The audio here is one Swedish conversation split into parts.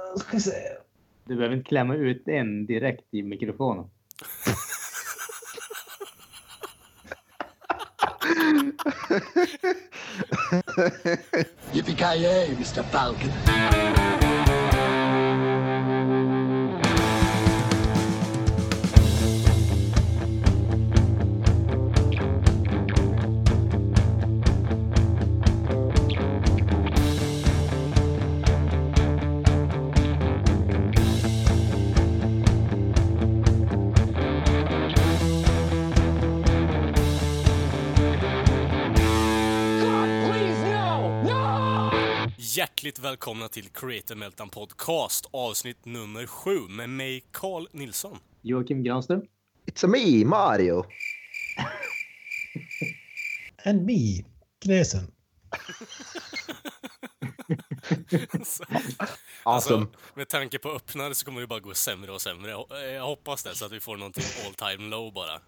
Ska vi se. Du behöver inte klämma ut en direkt i mikrofonen. Yippee-ki-yay, Mr. Falcon. Hjärtligt välkomna till Creator Meltdown Podcast, avsnitt nummer 7 med mig, Carl Nilsson. Joakim Granström. It's a me, Mario. And me, Knesen. Awesome. Med tanke på öppnare så kommer det bara gå sämre och sämre. Jag hoppas det, så att vi får någonting all time low bara.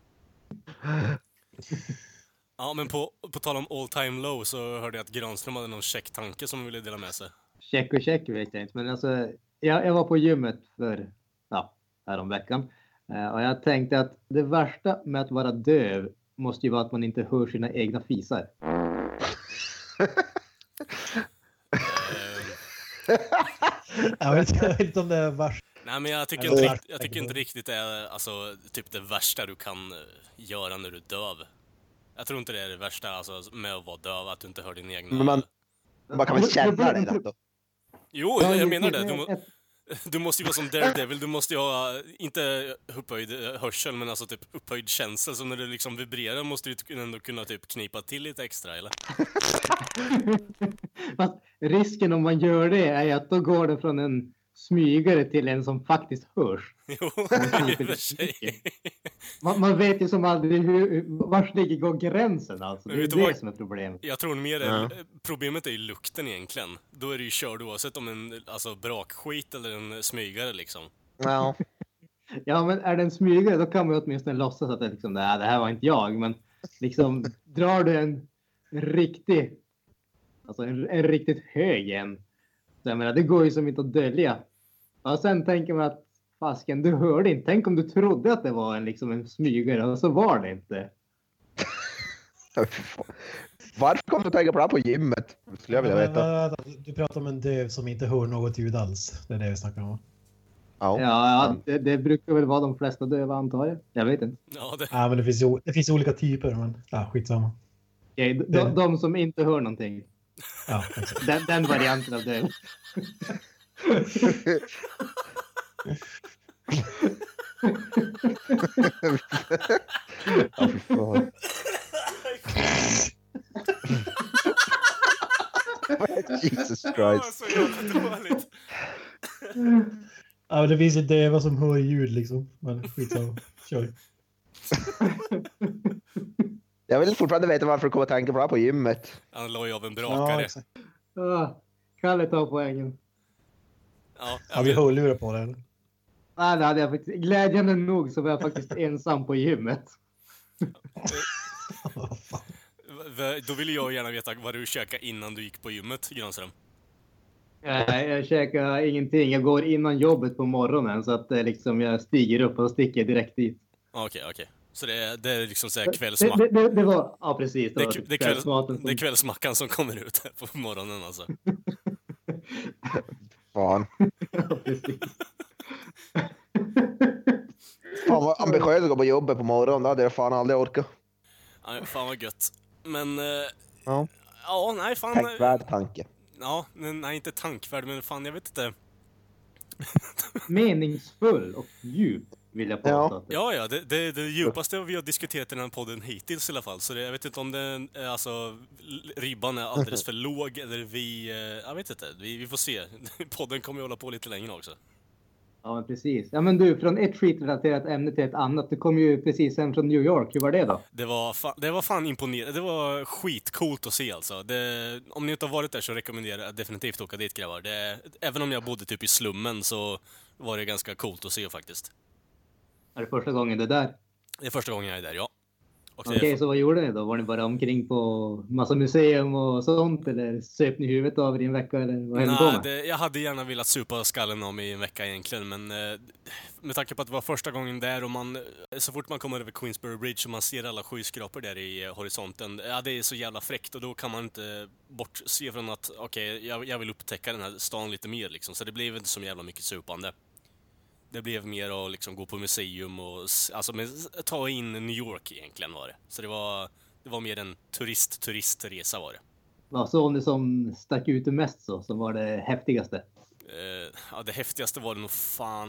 Ja, men på tal om all time low så hörde jag att Granström hade någon checktanke som ville dela med sig. Check vet jag inte. Men alltså, jag var på gymmet för häromveckan. Och jag tänkte att det värsta med att vara döv måste ju vara att man inte hör sina egna fisar. Jag vet inte om det är värst. Nej, men jag tycker inte riktigt det är alltså, typ det värsta du kan göra när du är döv. Jag tror inte det är det värsta alltså, med att vara döv, att du inte hör din egna... Men man kan väl känna det då? Jo, jag menar det. Du måste ju vara som Daredevil. Du måste ju ha, inte upphöjd hörsel, men alltså typ upphöjd känsel. Så när det liksom vibrerar måste du ändå kunna typ knipa till lite extra, eller? Fast risken om man gör det är att då går det från en smygare till en som faktiskt hörs. Jo, i och för sig. Man vet ju som aldrig vars ligger gränsen alltså. Det är det som är problemet. Jag tror mer problemet är ju lukten egentligen. Då är det ju körd oavsett om en brakskit eller en smygare liksom. Ja. Ja, men är det en smygare då kan man ju åtminstone låtsas att det liksom, det här var inte jag. Men liksom drar du en riktig, alltså en riktigt hög en. Så jag menar, det går ju som inte att dölja. Och sen tänker man att fasken, du hörde inte. Tänk om du trodde att det var en smygare och så var det inte. Varför kom du att tänka på det här på gymmet? Skulle jag vilja veta. Du pratar om en döv som inte hör något ljud alls. Det är det vi snackar om. Ja, det brukar väl vara de flesta döva, antar jag. Jag vet inte. Ja, men det finns olika typer, men skitsamma. Okej, de som inte hör någonting. Ja, den varianten av döv. Jesus Christ. Så jävla dåligt. Ja, men det finns ju döva som hör ljud liksom. Men skitsamma. Kör. Jag vill fortfarande veta varför du kommer att tänka på det här på gymmet. Han la ju av en brakare. Kalle tar poängen. Har vi hörlurar på det? Nej, det hade jag faktiskt. Glädjande nog så var jag faktiskt ensam på gymmet. Då vill jag gärna veta vad du käkade innan du gick på gymmet, Granström. Jag käkar ingenting. Jag går innan jobbet på morgonen så att jag stiger upp och sticker direkt dit. Okej. Så det är liksom så här kvällsmack. Det var, ja precis. Det är kvällsmackan som kommer ut här på morgonen alltså. Fan. Ja, precis. Fan vad ambitiöst att gå på jobbet på morgonen. Det hade jag fan aldrig orkat. Ja, fan vad gött. Men... Ja, nej fan... tänkvärd tanke. Ja, nej inte tankvärd, men fan jag vet inte. Meningsfull och djup vill jag påstå. Ja, det är det djupaste vi har diskuterat i den här podden hittills i alla fall. Så jag vet inte om ribban är alldeles för låg eller jag vet inte. Vi får se. Podden kommer ju hålla på lite längre också. Ja, men precis. Ja, men du, från ett skitrelaterat ämne till ett annat. Du kom ju precis hem från New York. Hur var det då? Det var fan imponerande. Det var skitcoolt att se alltså. Om ni inte har varit där så rekommenderar jag definitivt att åka dit, grabbar. Även om jag bodde typ i slummen så var det ganska coolt att se faktiskt. Är det första gången det där? Det är första gången jag är där, ja. Okej, så vad gjorde ni då? Var ni bara omkring på massa museum och sånt? Eller söp ni huvudet av i en vecka? Eller vad hände på med? Jag hade gärna velat supa skallen av mig i en vecka egentligen, men med tanke på att det var första gången där och så fort man kommer över Queensborough Bridge och man ser alla skyskrapor där i horisonten, det är så jävla fräckt och då kan man inte bortse från att jag vill upptäcka den här stan lite mer liksom, så det blev inte så jävla mycket supande. Det blev mer att liksom gå på museum och ta in New York egentligen var det. Så det var mer en turistresa var det. Vad såg ni som stack ut mest så? Som var det häftigaste? Det häftigaste var det nog fan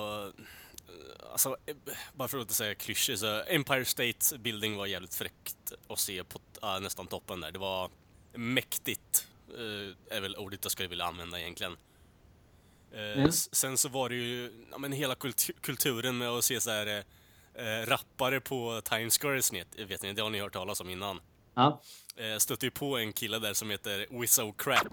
bara för att inte säga klyschor, så Empire State Building var jävligt fräckt att se på nästan toppen där. Det var mäktigt, är väl ordet jag skulle vilja använda egentligen. Sen så var det ju hela kulturen med att se så här rappare på Times Square, vet ni, det har ni hört talas om innan. Ja. Stötte ju på en kille där som heter Wizzo Crack.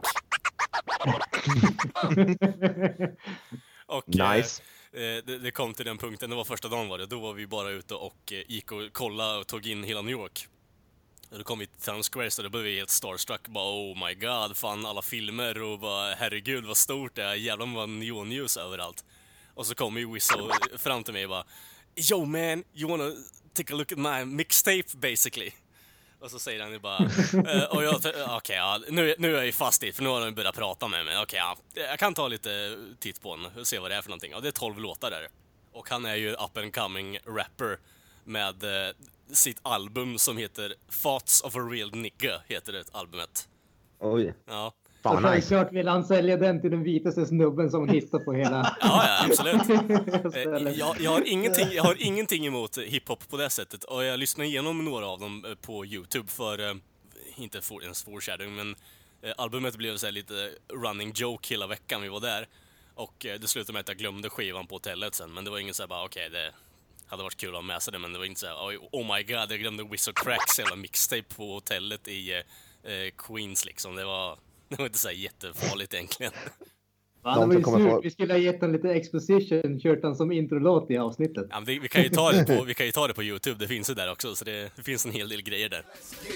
Och Nice. det kom till den punkten, det var första dagen var det. Då var vi bara ute och gick och kollade och tog in hela New York. Och då kom vi till Times Square så då blev vi helt starstruck. Bara oh my god, fan alla filmer och bara herregud vad stort det är. Jävlar vad neonljus överallt. Och så kom ju Wizzo fram till mig och bara yo man, you wanna take a look at my mixtape basically. Och så säger han ju bara och jag nu är jag ju fast i, för nu har de börjat prata med mig. Jag kan ta lite titt på den och se vad det är för någonting. Och det är 12 låtar där. Och han är ju up and coming rapper med sitt album som heter Thoughts of a Real Nigga, heter det albumet. Oj. Ja. Fan vad nice. Självklart vill han sälja den till den vitaste snubben som hittar på hela... Ja, absolut. Jag har ingenting emot hiphop på det sättet. Och jag lyssnar igenom några av dem på YouTube för, inte ens foreshadow, men albumet blev så här lite running joke hela veckan vi var där. Och det slutade med att jag glömde skivan på hotellet sen. Men det var ingen så här bara, det hade varit kul att ha med sig det, men det var inte så här, oh my god, jag glömde Wizzo Cracks jävla mixtape på hotellet i Queens liksom. Det var inte så här jättefarligt egentligen. Ja, det var ju surt. Vi skulle ha gett en lite exposition, kört den som introlåt i avsnittet. Ja, vi kan ju ta det på YouTube, det finns ju där också, så det finns en hel del grejer där.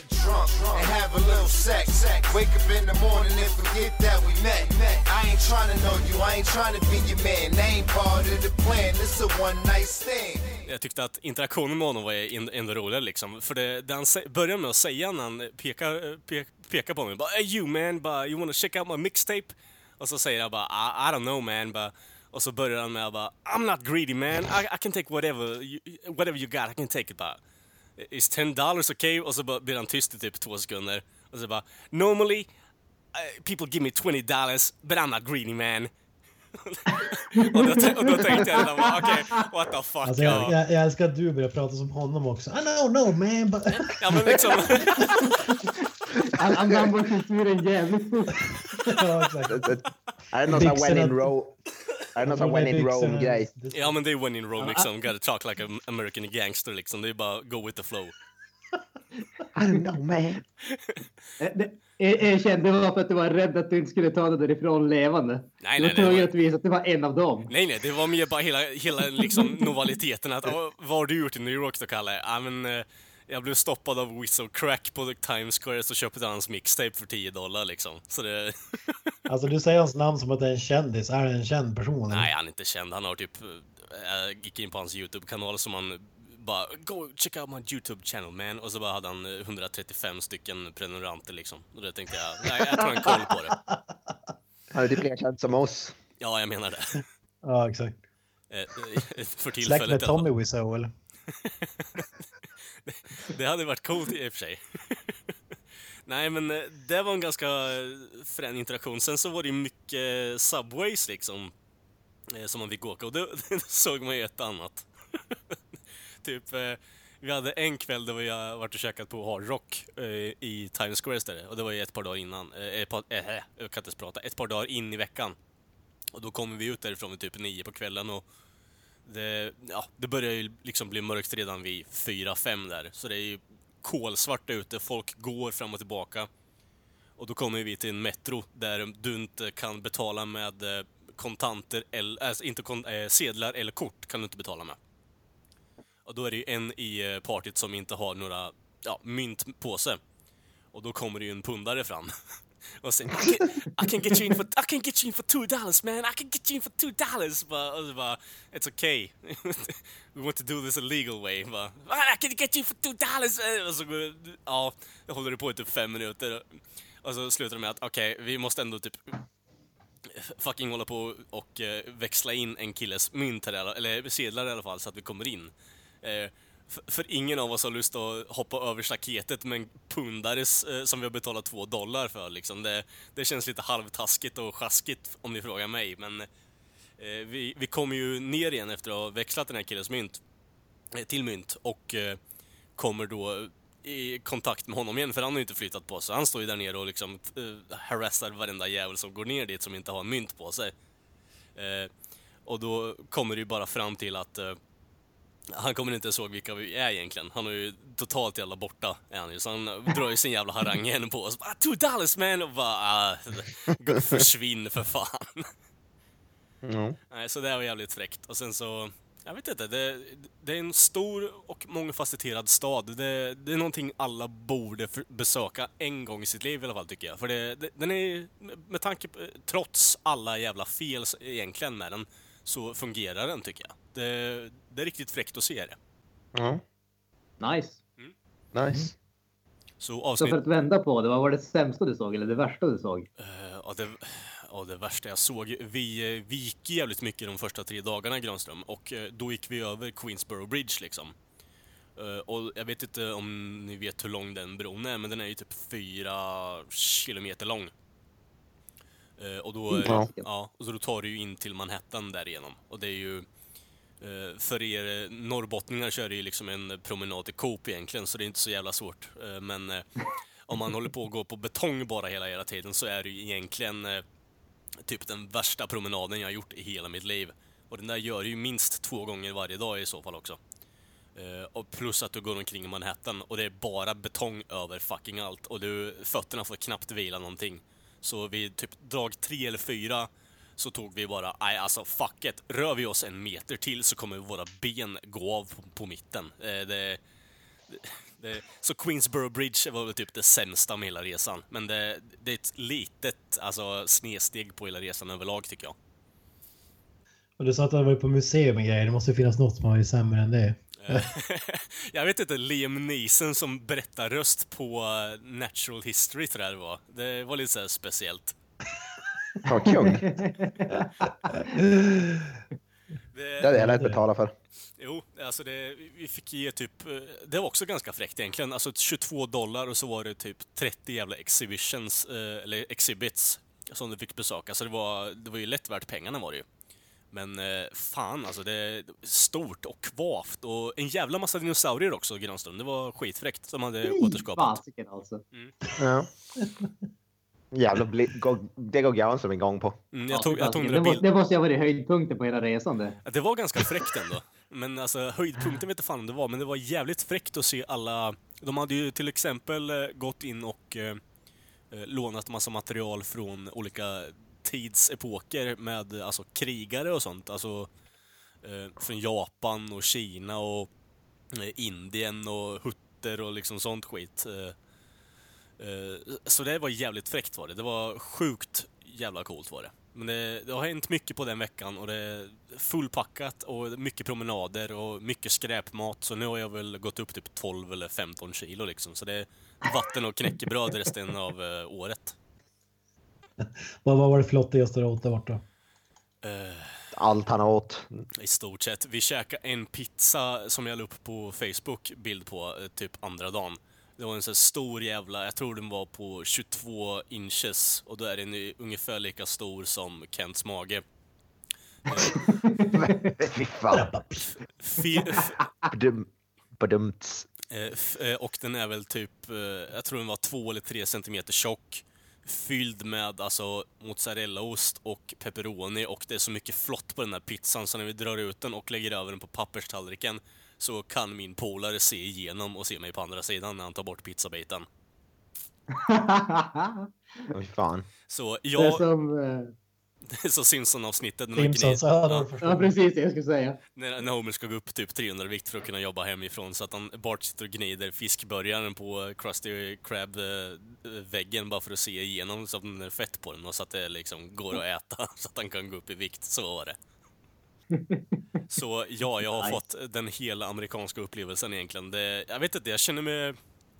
Jag tyckte att interaktionen med honom var ändå rolig liksom, för det han börjar med att säga när han pekar på mig, bara hey you man, you wanna check out my mixtape? Och så säger jag bara, I don't know man, och så börjar han med bara, I'm not greedy man, I can take whatever you got, I can take it bara. Is $10 okay? Och så blir han tyst i typ 2 sekunder. Och så bara, normally people give me $20, but I'm not greedy man. och då tänkte jag redan bara, okej, what the fuck. Alltså, jag älskar att du börjar prata som honom också. I don't know man, but... Ja men liksom... Han gammal kulturen jävligt fort. Ja, exakt. Är det någon sån when in Rome-grej? Ja men det är when in Rome liksom. Gotta talk like an American gangster liksom. Det är bara go with the flow. I don't know man. Jag kände det var för att du var rädd att du inte skulle ta det därifrån levande. Nej, du var tvungen att visa att det var en av dem. Nej, det var mer bara hela liksom novaliteten att vad har du gjort i New York då, Kalle? Ja men jag blev stoppad av Wizzo Crack på Times Square, så köpte hans mixtape för $10 liksom. Så det... Alltså du säger hans namn som att det är en kändis. Är det en känd person? Eller? Nej, han är inte känd. Han har typ... Jag gick in på hans YouTube-kanal som han bara... Go check out my YouTube channel man. Och så bara hade han 135 stycken prenumeranter liksom. Och då tänkte jag tar en koll på det. Han är typ lika känd som oss. Ja, jag menar det. Ja, exakt. För tillfället. Släkt med Tommy Wiseau eller? Det hade varit coolt i och för sig. Nej, men det var en ganska frän interaktion. Sen så var det ju mycket subways liksom som man fick åka, och då såg man ju ett annat. Typ, vi hade en kväll där vi har varit och käkat på Hard Rock i Times Square istället. Och det var ju ett par dagar innan. Jag kan inte prata. Ett par dagar in i veckan. Och då kommer vi ut därifrån vid typ 9 på kvällen, och det börjar ju liksom bli mörkt redan vid 4-5 där. Så det är ju kolsvart ute, folk går fram och tillbaka. Och då kommer vi till en metro där du inte kan betala med kontanter, eller, sedlar eller kort kan du inte betala med. Och då är det ju en i partyt som inte har några mynt på sig. Och då kommer det ju en pundare fram. Och sen, I can get you in for $2, man. I can get you in for $2. Och så bara, it's okay. We want to do this a legal way. Bara, I can get you for $2. Och så det håller det på i typ 5 minuter. Och så slutar det med att okej, vi måste ändå typ fucking hålla på och växla in en killes mynt här, eller sedlar i alla fall, så att vi kommer in. För ingen av oss har lust att hoppa över staketet med en pundare som vi har betalat $2 för liksom. Det känns lite halvtaskigt och sjaskigt om ni frågar mig, men vi kommer ju ner igen efter att ha växlat den här killens mynt till mynt och kommer då i kontakt med honom igen, för han har ju inte flyttat på sig. Han står ju där nere och liksom harassar varenda jävel som går ner dit som inte har mynt på sig. Och då kommer det ju bara fram till att han kommer inte ihåg vilka vi är egentligen. Han är ju totalt jävla borta, är han ju. Så han drar ju sin jävla harang igen på oss. Bara, $2 man! Och bara, försvinn för fan. Nej, så det var jävligt fräckt. Och sen så, jag vet inte, det är en stor och mångfacetterad stad. Det är någonting alla borde besöka en gång i sitt liv i alla fall, tycker jag. För den är, med tanke på, trots alla jävla fel egentligen med den, så fungerar den, tycker jag. Det är riktigt fräckt att se det. Nice. Nice. Så för att vända på det, vad var det sämsta du såg eller det värsta du såg? Det värsta jag såg, vi gick jävligt mycket de första 3 dagarna i Granström, och då gick vi över Queensboro Bridge liksom. Och jag vet inte om ni vet hur lång den bron är, men den är ju typ 4 kilometer lång. Och då, och så då tar du ju in till Manhattan därigenom. Och det är ju, för er norrbottningar kör det ju liksom en promenad till Coop egentligen, så det är inte så jävla svårt. Men om man håller på att gå på betong bara hela tiden, så är det ju egentligen typ den värsta promenaden jag har gjort i hela mitt liv. Och den där gör ju minst 2 gånger varje dag i så fall också. Och plus att du går omkring i Manhattan och det är bara betong över fucking allt. Och fötterna får knappt vila någonting. Så vid typ dag 3 eller 4 så tog vi bara, nej alltså fuck it. Rör vi oss 1 meter till så kommer våra ben gå av på mitten. Så Queensboro Bridge var väl typ det sämsta med hela resan. Men det är ett litet snedsteg på hela resan överlag, tycker jag. Och du sa att du var på museum och grejer. Det måste finnas något som är sämre än det. Jag vet inte, Liam Neeson som berättar röst på Natural History, tror jag det var. Det var lite så här speciellt. Ja, kung. Det hade jag lätt betala för. Jo, alltså vi fick ge typ, det var också ganska fräckt egentligen, alltså $22 och så var det typ 30 jävla exhibitions, eller exhibits som du fick besöka, så det var ju lätt värt pengarna var det ju. Men fan, alltså det är stort och kvavt och en jävla massa dinosaurier också i Granström. Det var skitfräckt som hade återskapat. Fasiken alltså. Ja. Jävla det går Granström igång på. Jag tog några bilder. Det måste ju ha varit höjdpunkten på hela resan det. Det var ganska fräckt ändå. Men alltså höjdpunkten vet inte fan om det var, men det var jävligt fräckt att se alla. De hade ju till exempel gått in och lånat massa material från olika tidsepoker med alltså krigare och sånt, alltså från Japan och Kina och Indien och hutter och liksom sånt skit. Så det var jävligt fräckt var det. Det var sjukt jävla coolt var det. Men det har hänt mycket på den veckan och det är fullpackat och mycket promenader och mycket skräpmat, så nu har jag väl gått upp typ 12 eller 15 kilo liksom, så det är vatten och knäckebröd resten av året. Vad var det flottigaste du åt där borta? Allt han åt. I stort sett. Vi käkade en pizza som jag la upp på Facebook bild på typ andra dagen. Det var en så stor jävla, jag tror den var på 22 inches och då är den ungefär lika stor som Kents mage. Fy fan. Och den är väl typ, jag tror den var 2 eller 3 centimeter tjock. Fylld med alltså mozzarellaost och pepperoni, och det är så mycket flott på den här pizzan så när vi drar ut den och lägger över den på papperstallriken så kan min polare se igenom och se mig på andra sidan när han tar bort pizzabiten. Oj fan. Så Det är som Det är så Simpson-avsnittet. Simpsons, ja, precis det jag skulle säga. När Homer ska gå upp typ 300 vikt för att kunna jobba hemifrån, så att Bart sitter och gnider fiskburgaren på Krusty Krab-väggen bara för att se igenom så att det är fett på den och så att det liksom går att äta så att han kan gå upp i vikt. Så var det. Så ja, jag har fått den hela amerikanska upplevelsen egentligen. Jag vet inte, jag känner mig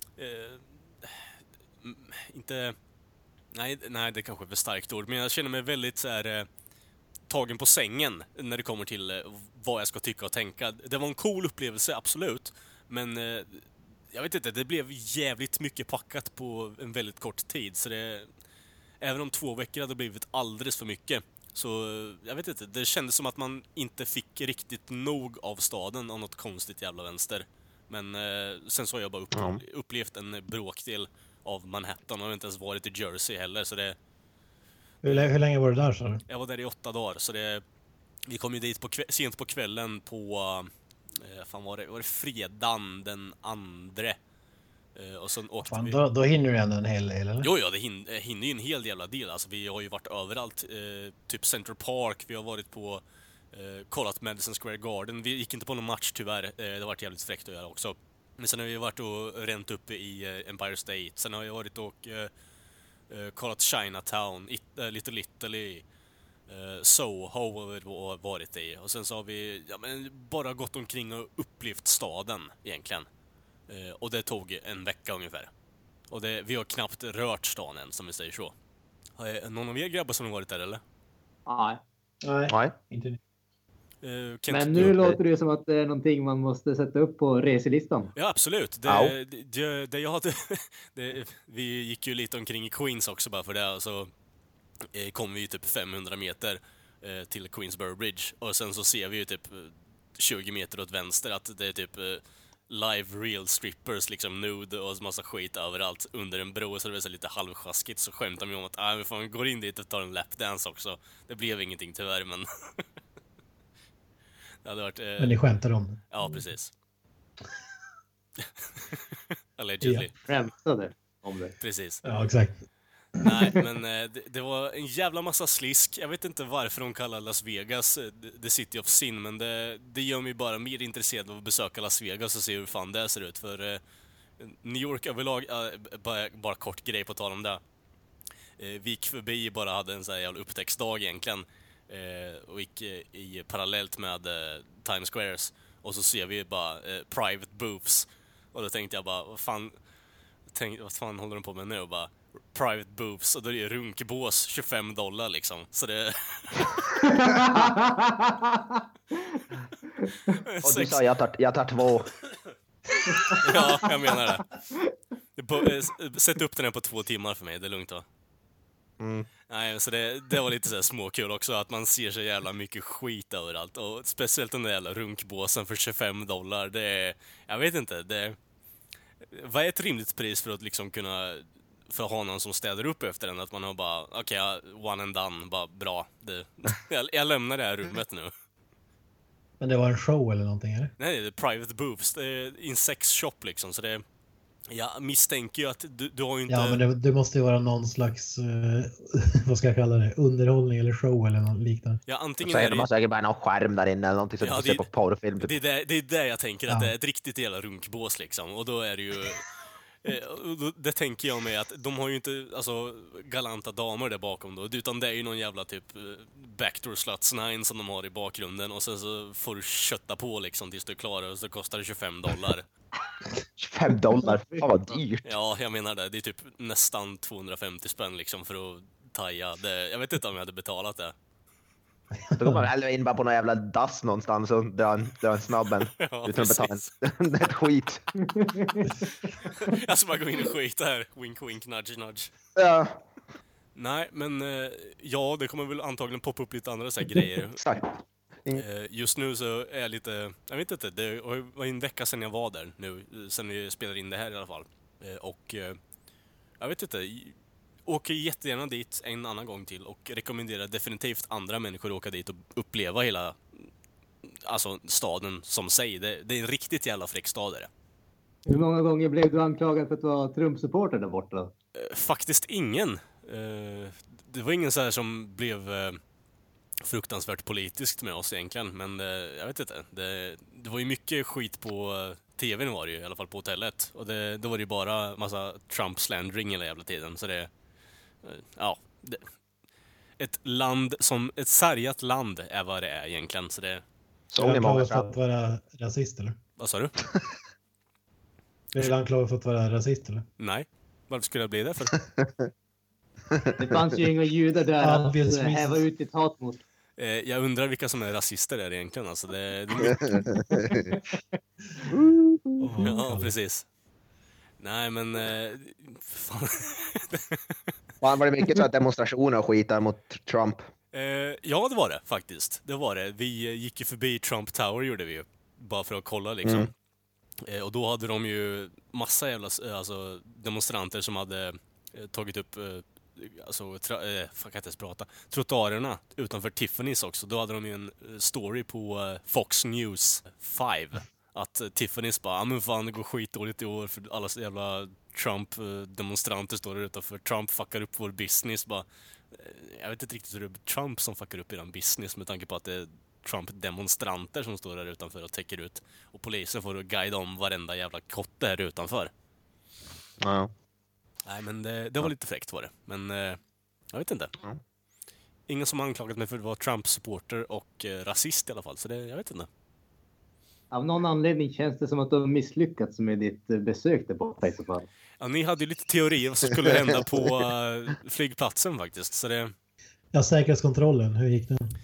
inte... Nej, det kanske är för starkt ord, men jag känner mig väldigt så här tagen på sängen när det kommer till vad jag ska tycka och tänka. Det var en cool upplevelse, absolut, men jag vet inte, det blev jävligt mycket packat på en väldigt kort tid, så även om 2 veckor hade blivit alldeles för mycket, så jag vet inte, det kändes som att man inte fick riktigt nog av staden av något konstigt jävla vänster. Men sen så har jag bara upplevt en bråkdel av Manhattan och jag har inte ens varit i Jersey heller, så det... Hur länge var du där, så? Jag var där i 8 dagar, så vi kom ju dit sent på kvällen på... var det fredagen den 2. Och sen åkte vi... Då hinner du ändå en hel del, eller? Jo, det hinner ju en hel jävla del. Alltså, vi har ju varit överallt. Typ Central Park, vi har varit på... kollat Madison Square Garden. Vi gick inte på någon match tyvärr. Det har varit jävligt fräckt att göra också. Men sen har vi varit och ränt uppe i Empire State. Sen har jag varit och kollat Chinatown, Little Italy, Soho har vi varit i. Och sen så har vi bara gått omkring och upplevt staden egentligen. Och det tog en vecka ungefär. Och vi har knappt rört stan än, som vi säger så. Någon av er grabbar som har varit där, eller? Nej. Inte. Men nu låter det som att det är någonting man måste sätta upp på reselistan. Ja, absolut. Det jag hade... vi gick ju lite omkring i Queens också bara för det. Så kom vi ju typ 500 meter till Queensboro Bridge. Och sen så ser vi ju typ 20 meter åt vänster att det är typ live real strippers, liksom nude och massa skit överallt under en bro. Så det var så lite halvsjaskigt, så skämtar vi om att vi får gå in dit och ta en lapdance också. Det blev ingenting tyvärr, men... Det hade varit, Men ni skämtar om det. Ja, precis. Allegedly. Skämtade om det. Precis. Ja, exakt. Nej, men det var en jävla massa slisk. Jag vet inte varför de kallar Las Vegas The City of Sin, men det gör mig bara mer intresserad av att besöka Las Vegas och se hur fan det ser ut. För New York överlag, bara kort grej på tal om det. Vi gick förbi, bara hade en sån här jävla upptäcktsdag egentligen. Och gick i parallellt med Times Squares. Och så ser vi bara private booths. Och då tänkte jag bara, vad fan håller de på med nu? Och bara, private booths. Och då är det runkbås, $25 liksom. Så det... Och du sa, jag tar 2. Ja, jag menar det. Sätt upp den här på 2 timmar för mig, det är lugnt va? Nej, så det var lite så här småkul också, att man ser så jävla mycket skit överallt. Och speciellt den där jävla runkbåsen för $25. Det är, jag vet inte, vad är ett rimligt pris för att liksom kunna, för att ha någon som städar upp efter den? Att man har bara, okej, one and done, bara bra. Jag lämnar det här rummet nu. Men det var en show eller någonting, eller? Nej, det är private booths. Det är en sexshop liksom, så det... Jag misstänker ju att du har ju inte... Ja, men det måste ju vara någon slags, vad ska jag kalla det, underhållning eller show eller något liknande. Ja, antingen så är de har säkert bara någon skärm där inne eller någonting som du får se på porrfilm. Det är det jag tänker, att det är ett riktigt jävla runkbås liksom. Och då är det ju... det tänker jag med att de har ju inte galanta damer där bakom då, utan det är ju någon jävla typ backdoor sluts 9 som de har i bakgrunden, och sen så får du kötta på liksom tills du är klar, och så kostar det $25. $25? Fan vad dyrt. Ja, jag menar det. Det är typ nästan 250 spänn liksom för att taja. Jag vet inte om jag hade betalat det. Då går man hellre in bara på någon jävla dass någonstans och drar en snabben ja, utan att betala ett skit. Jag ska bara gå in och skita här. Wink, wink, nudge, nudge. Ja. Nej, men ja, det kommer väl antagligen poppa upp lite andra så här grejer. Exakt. Just nu så är jag lite... Jag vet inte, det var en vecka sedan jag var där nu. Sen vi spelade in det här i alla fall. Och jag vet inte... Åker jättegärna dit en annan gång till och rekommenderar definitivt andra människor att åka dit och uppleva hela staden som sig. Det är en riktigt jävla fräck stad är det. Hur många gånger blev du anklagad för att vara Trump-supporter där borta? Faktiskt ingen. Det var ingen så här som blev fruktansvärt politiskt med oss egentligen, men jag vet inte. Det var ju mycket skit på tvn var det ju, i alla fall på hotellet. Och då var det ju bara massa Trump-slandring hela jävla tiden. Så det, ja, ett sargat land är vad det är egentligen. Så det... Är han anklagad för att vara rasist, eller? Vad sa du? Är han anklagad för att vara rasist, eller? Nej, varför skulle jag bli det för? Det fanns ju inga judar där att häva ut ett hat mot. Jag undrar vilka som är rasister där egentligen. Alltså ja, precis. Nej, men... fan. Var det mycket så att demonstrationer och skit där mot Trump? Ja, det var det faktiskt. Det var det. Vi gick ju förbi Trump Tower, gjorde vi ju. Bara för att kolla liksom. Och då hade de ju massa jävla demonstranter som hade tagit upp kan inte ens prata. Trottoarerna utanför Tiffany's också. Då hade de ju en story på Fox News 5 att Tiffany's bara, men fan, det går skitdåligt i år för alla jävla Trump-demonstranter står där utanför. Trump fuckar upp vår business. Bara, jag vet inte riktigt hur det är Trump som fuckar upp eran business med tanke på att det är Trump-demonstranter som står där utanför och täcker ut. Och polisen får guida om varenda jävla kotte här utanför. Ja. Nej, men det var lite fräckt var det. Men jag vet inte. Ingen som har anklagat mig för att vara Trump-supporter och rasist i alla fall. Så jag vet inte. Av någon anledning känns det som att du har misslyckats med ditt besök där borta i så fall. Ja, ni hade ju lite teorier vad som skulle hända på flygplatsen faktiskt. Så det... Ja, säkerhetskontrollen. Hur gick den?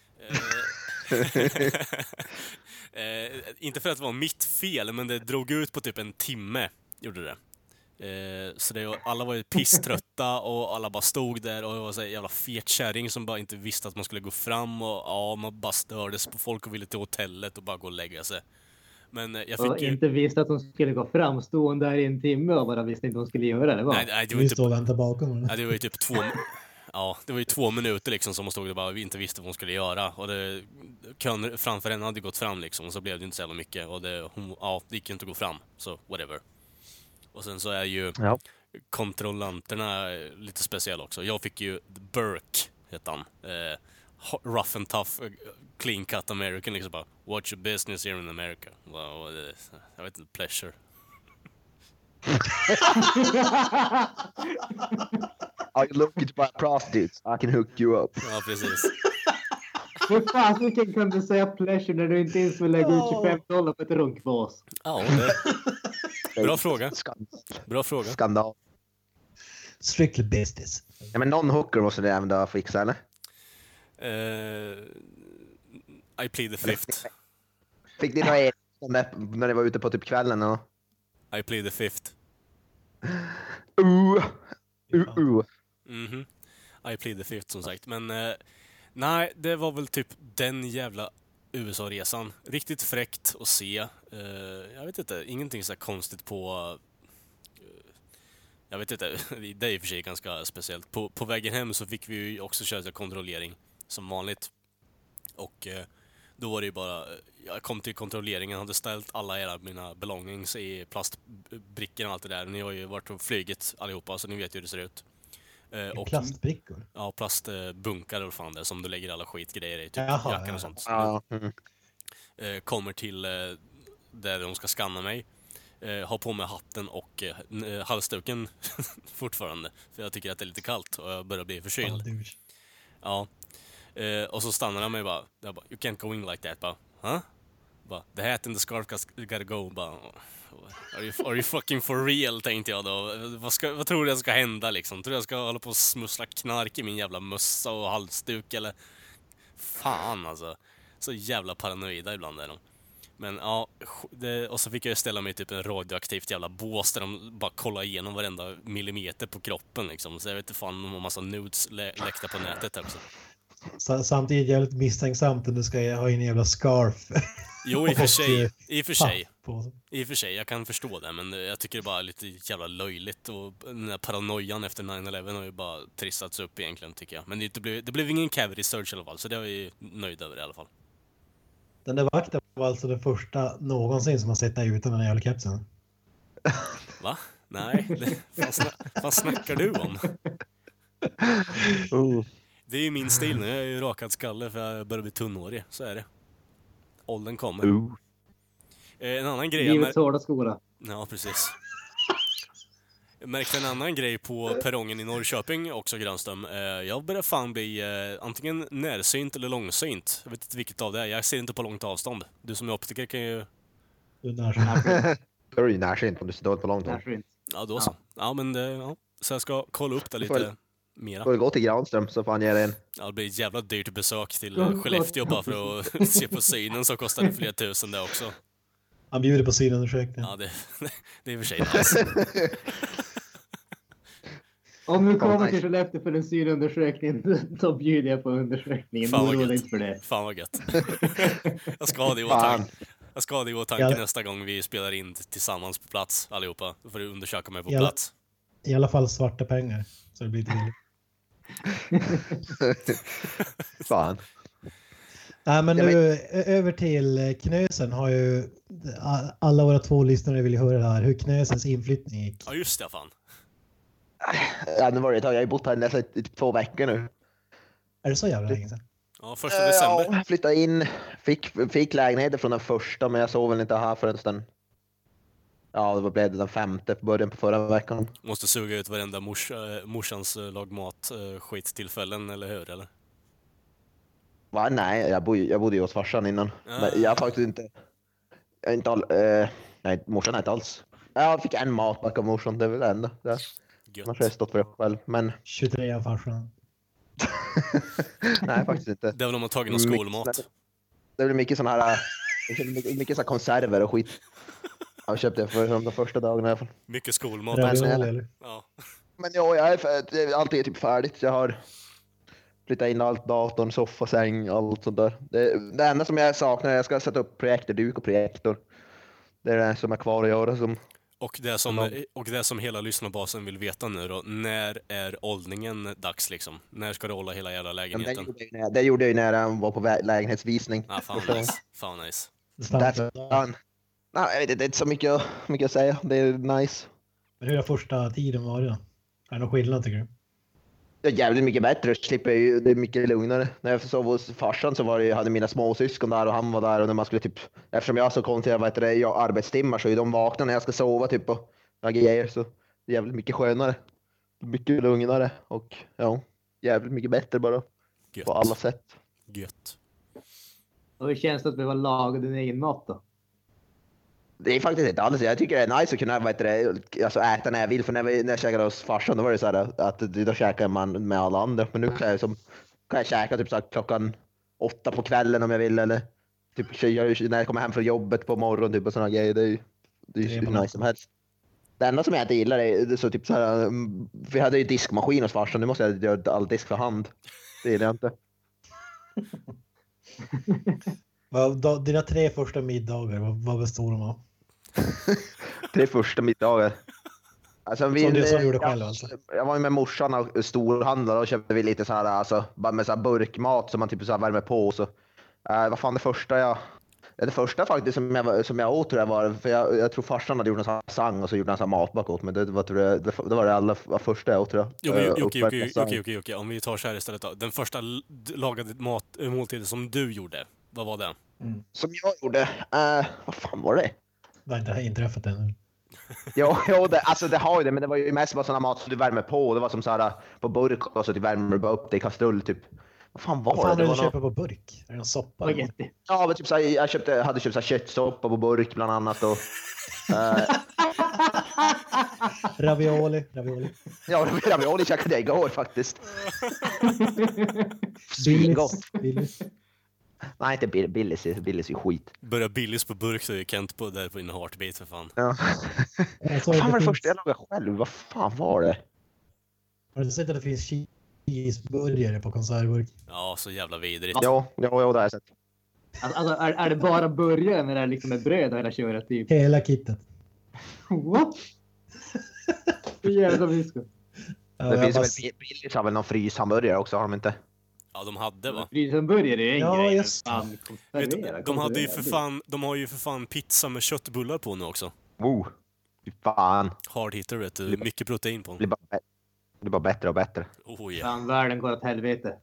Inte för att det var mitt fel, men det drog ut på typ en timme. Gjorde det. Så alla var ju pisströtta och alla bara stod där och det var så jävla fet kärring som bara inte visste att man skulle gå fram och ja, man bara stördes på folk och ville till hotellet och bara gå och lägga sig. Men jag fick ju... inte visste att de skulle gå fram, stod hon där i en timme och bara visste inte vad de skulle göra det var. Nej, det var inte... och vänta bakom. Nej, det var ju typ 2 minuter liksom som hon stod där och bara inte visste vad hon skulle göra. Och kön framför henne hade gått fram liksom, och så blev det inte så jävla mycket. Och det gick ju inte att gå fram, så whatever. Och sen så är ju kontrollanterna lite speciella också. Jag fick ju Burke, heter han. Rough and tough, clean cut American, liksom bara, what's your business here in America? Well, jag vet inte, pleasure. Are you looking to buy prostitutes? I can hook you up. Ja, precis. Hur fasiken kan du säga pleasure när du inte ens vill lägga ut $25 på ett runkbas? Ja, bra fråga. Bra fråga. Skandal. Strictly business. Ja, men någon hooker måste det även då fixa, eller? I plead the fifth. Fick ni några när ni var ute på typ kvällen? Eller? I plead the fifth. I plead the fifth, som sagt. Men nej, det var väl typ den jävla USA-resan. Riktigt fräckt att se. Jag vet inte, ingenting så konstigt på... jag vet inte, det är i och för sig ganska speciellt. På vägen hem så fick vi ju också köra kontrollering som vanligt. Och då var det ju bara... Jag kom till kontrolleringen, hade ställt alla mina belongings i plastbrickor och allt det där. Ni har ju varit och flygit allihopa, så ni vet ju hur det ser ut. Och plastbrickor? Ja, plastbunkar eller fan det, som du lägger alla skitgrejer i, typ jackan och sånt. Kommer till där de ska scanna mig. Har på mig hatten och halsduken fortfarande. För jag tycker att det är lite kallt och jag börjar bli förkyld. Ja. Och så stannar han mig bara. Jag bara, you can't go in like that. Bara, huh? Bara, the hat and the scarf gotta go. Bara, are you fucking for real, tänkte jag då. Vad tror du jag ska hända liksom? Tror jag ska hålla på och smussla knark i min jävla mössa och halsduk eller? Fan alltså. Så jävla paranoida ibland är de. Men ja, och så fick jag ställa mig i typ en radioaktivt jävla bås där de bara kollar igenom varenda millimeter på kroppen liksom. Så jag vet inte fan, de har massa nudes läckta på nätet också. Samtidigt jävligt misstänksamt att du ska ha en jävla scarf. Jo, i och för sig, jag kan förstå det, men jag tycker det är bara lite jävla löjligt och den där paranoian efter 9/11 har ju bara trissats upp egentligen, tycker jag. Men det blev ingen cavity search i alla fall, så det var vi nöjda över i alla fall. Den där vakten var alltså den första någonsin som har sett dig utan den jävla kepsen. Va? Nej, vad snackar du om? Det är ju min stil nu. Jag är ju rakad skalle för jag börjar bli tunnhårig. Så är det. Åldern kommer. En annan grej... Livets hårda skola. Ja, precis. Jag märkte en annan grej på perrongen i Norrköping också, Grönström. Jag börjar fan bli antingen närsynt eller långsynt. Jag vet inte vilket av det är. Jag ser inte på långt avstånd. Du som är optiker kan ju... Du är närsynt. Då är du ju närsynt om du står på långt håll. Ja, då så. Ja, men det, ja. Så jag ska kolla upp det lite mera. Får du gå till Granström så får han ge dig en. Ja, det blir ett jävla dyrt besök till Skellefteå bara för att se på synen, så kostar det flera tusen det också. Han bjuder på synundersökning. Ja, det är i och för sig nice. Om du kommer till Skellefteå för en synundersökning, då bjuder jag på undersökningen. Fan vad Oroa dig gött. inte för det. Fan vad gött. Jag ska ha det i åtanke. Jag ska ha det i åtanke nästa gång vi spelar in tillsammans på plats allihopa. Då får du undersöka mig på plats. I alla fall svarta pengar. Så det blir lite billigt. Fan. Nej, men nu över till Knösen har ju alla våra 2 lyssnare vill ju höra det här. Hur Knösens inflyttning gick. Ja, just det, fan. Ja, nu var det ett tag. Jag har ju bott här nästan 2 veckor nu. Är det så jävla länge sedan? Ja, 1 december. Ja, flyttade in. Fick lägenheter från den första, men jag sov väl inte här förrän den... Ja, det blev den 5:e på början på förra veckan. Måste suga ut varenda morsans lagmat skittillfällen, eller hur, eller? Va? Nej, jag bodde ju hos farsan innan. Men jag har faktiskt inte... nej, morsan är inte alls. Jag fick en matback av morsan, det är väl det enda. Annars har jag stått för det själv, men... 23 av farsan. Nej, faktiskt inte. Det är väl om man tagit någon skolmat. Det blir mycket sån här... Mycket sån konserver och skit. Jag köpte det för de första dagarna i alla fall. Mycket skolmat. Eller? Ja. Men ja, allt är typ färdigt. Jag har flyttat in allt, datorn, soffa, säng, allt sånt där. Det enda som jag saknar är att jag ska sätta upp projektorduk och projektor. Det är det som är kvar att göra. Och det som hela lyssnarbasen vill veta nu då, när är åldningen dags liksom? När ska du hålla hela jävla lägenheten? Det gjorde jag ju när jag var på lägenhetsvisning. Ah, fan nice. Fan nice. Nej, jag vet inte, det är inte så mycket att säga. Det är nice. Men hur har första tiden varit då? Är det någon skillnad tycker du? Det är jävligt mycket bättre, slipper ju, det är mycket lugnare. När jag sov hos farsan så hade jag mina småsyskon där och han var där och när man skulle typ, eftersom jag så kom till arbetstimmar så är de vakna när jag ska sova typ och grejer, så det är jävligt mycket skönare. Mycket lugnare och ja, jävligt mycket bättre bara. Gött. På alla sätt. Gött. Och hur känns det att behöva laga din egen mat då? Det är faktiskt inte alls. Jag tycker det är nice att kunna äta när jag vill. För när jag käkade hos farsan då var det så här att då käkar man med alla andra. Men nu kan jag käka typ så här, klockan 8 på kvällen om jag vill. Eller typ när jag kommer hem från jobbet på morgonen typ och såna grejer. Det är ju nice som helst. Det enda som jag inte gillar är så typ så här. Vi hade ju diskmaskin hos farsan. Nu måste jag göra all disk för hand. Det gillar jag inte. Dina 3 första middagar, vad består de av? 3 första middagar. Alltså, som du gjorde själv alltså? Jag var ju med morsan och storhandlade och köpte vi lite så här, alltså, bara med så här burkmat som man typ så här värmer på. Så, vad fan det första faktiskt som jag åt tror jag var, för jag tror farsan hade gjort en sån här sang och så gjorde han en sån här matbak åt, men det var det allra första jag åt tror jag. Okej. Om vi tar så här istället då. Den första lagade måltiden som du gjorde, vad var det? Mm. Som jag gjorde? Vad fan var det? Det har inte inträffat ännu. Jo, det har ju det, men det var ju mest bara sådana mat som du värmer på. Det var som så här på burk och så du värmer bara upp det i kastrull typ. Vad fan var det? Vad köper på burk? Är det en soppa? Ja, men typ så här, jag hade köpt så här köttsoppa på burk bland annat och Ravioli. Ja, ravioli käkade jag igår faktiskt. Billis. Nej, inte Billis är skit. Börja Billis på burk så är Kent där på en heartbeat för fan. Ja. Vad fan var det första jag lagade själv? Vad fan var det? Har du sett att det finns cheeseburgare på konservburk? Ja, så jävla vidrigt. Ja, det har jag sett. Alltså, är det bara burgaren eller är det liksom ett bröd och hela köret typ? Hela kittet. What? Det är jävla visko. Det finns väl Billis har väl någon fryshamburgare också, har de inte? Ja, de hade va? Fryshamburgare är en grej. Just. De har ju för fan pizza med köttbullar på nu också. Fan. Hard hitter vet du, mycket protein på. Det Det är bara bättre och bättre. Oh ja. Fan, världen går åt helvete.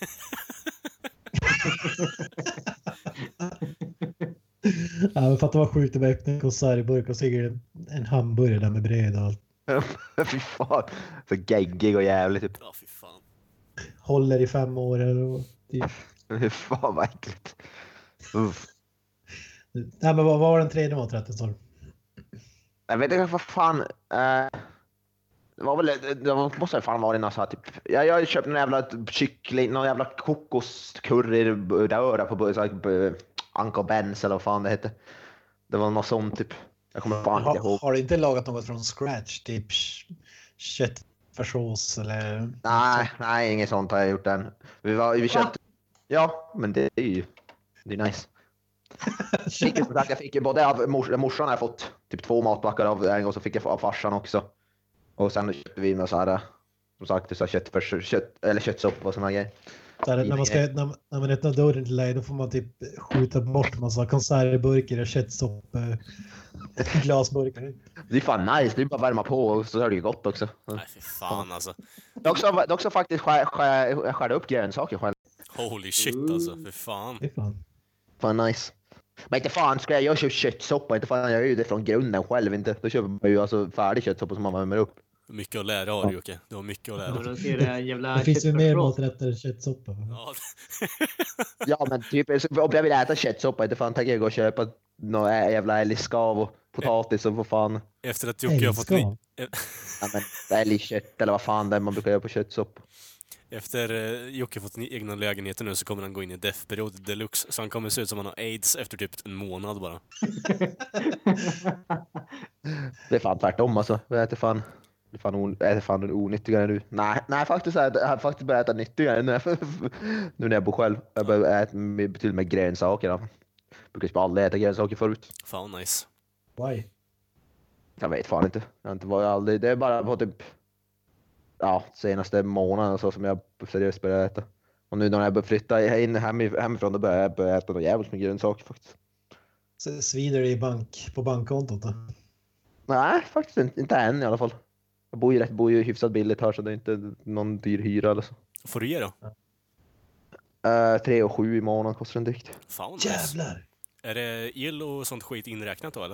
Ja, men fattar vad sjukt det var öppna konservburk och så en hamburgare där med bröd och allt. Fy fan. Så geggig och jävligt typ. Ja, fy fan. Håller i 5 år och typ. Fy fan vad äckligt. Uff. Nej, men vad var den tredje maträtten sa du? Jag vet inte vad fan. Det var väl, det måste ju fan varit något så här typ. Jag köpte en jävla kyckling, någon jävla kokoscurry där på så här, Uncle Ben's eller vad fan det hette. Det var något sånt typ. Jag kommer fan inte ihåg. Har du inte lagat något från scratch? Typ köttfärssås eller? Nej, inget sånt har jag gjort än. Vi köpte. Ja, men det är nice. Jag fick ju både av morsan har jag fått typ 2 matbackar av en gång, så fick jag av farsan också. Och sen köpte vi något så här, som sagt, så köttsoppa och såna grejer. När man öppnar dörren till dig, då får man typ skjuta bort massa konservburkar och köttsoppa, glasburkar. Det är fan nice, det är bara att värma på och så är det ju gott också. Nej, fy fan alltså. Det är också faktiskt skärde upp grönsaker själv. Holy shit alltså, för fan. Det är fan. Fan nice. Men inte fan ska jag köpa köttsoppa, inte fan jag gör ju det från grunden själv inte. Då köper man ju alltså färdig köttsoppa som man värmer upp. Mycket att lära har du, Jocke. Du har mycket att lära. Det finns ju mer maträtter än köttsoppa. Ja. Ja men typ, om jag vill äta köttsoppa, inte fan tänker jag gå och köpa någon jävla älgskav och potatis och vad fan. Efter att Jocke har fått Ja men älgkött eller vad fan det är man brukar göra på köttsoppa. Efter Jocke fått egna lägenheter nu så kommer han gå in i death-period deluxe. Så han kommer se ut som han har AIDS efter typ en månad bara. Det är fan tvärtom alltså. Jag äter fan onyttigare nu. Nej faktiskt jag har faktiskt börjat äta nyttigare nu när jag bor själv. Jag börjar äta betydligt med grönsaker. Jag brukar ju aldrig äta grönsaker förut. Fan nice. Why? Jag vet fan inte. Jag har inte varit aldrig. Det är bara på typ senaste månaden så som jag seriöst börjar äta. Och nu när jag börjar flytta in hemifrån, då börjar jag äta något jävligt med grönsaker faktiskt. Så svider det på bankkontot då? Nej, faktiskt inte än i alla fall. Jag bor ju hyfsat billigt här så det är inte någon dyr hyra eller så. Får du ge då? 3 och 7 i månaden kostar den drygt. Fan nice. Jävlar! Är det el och sånt skit inräknat då eller?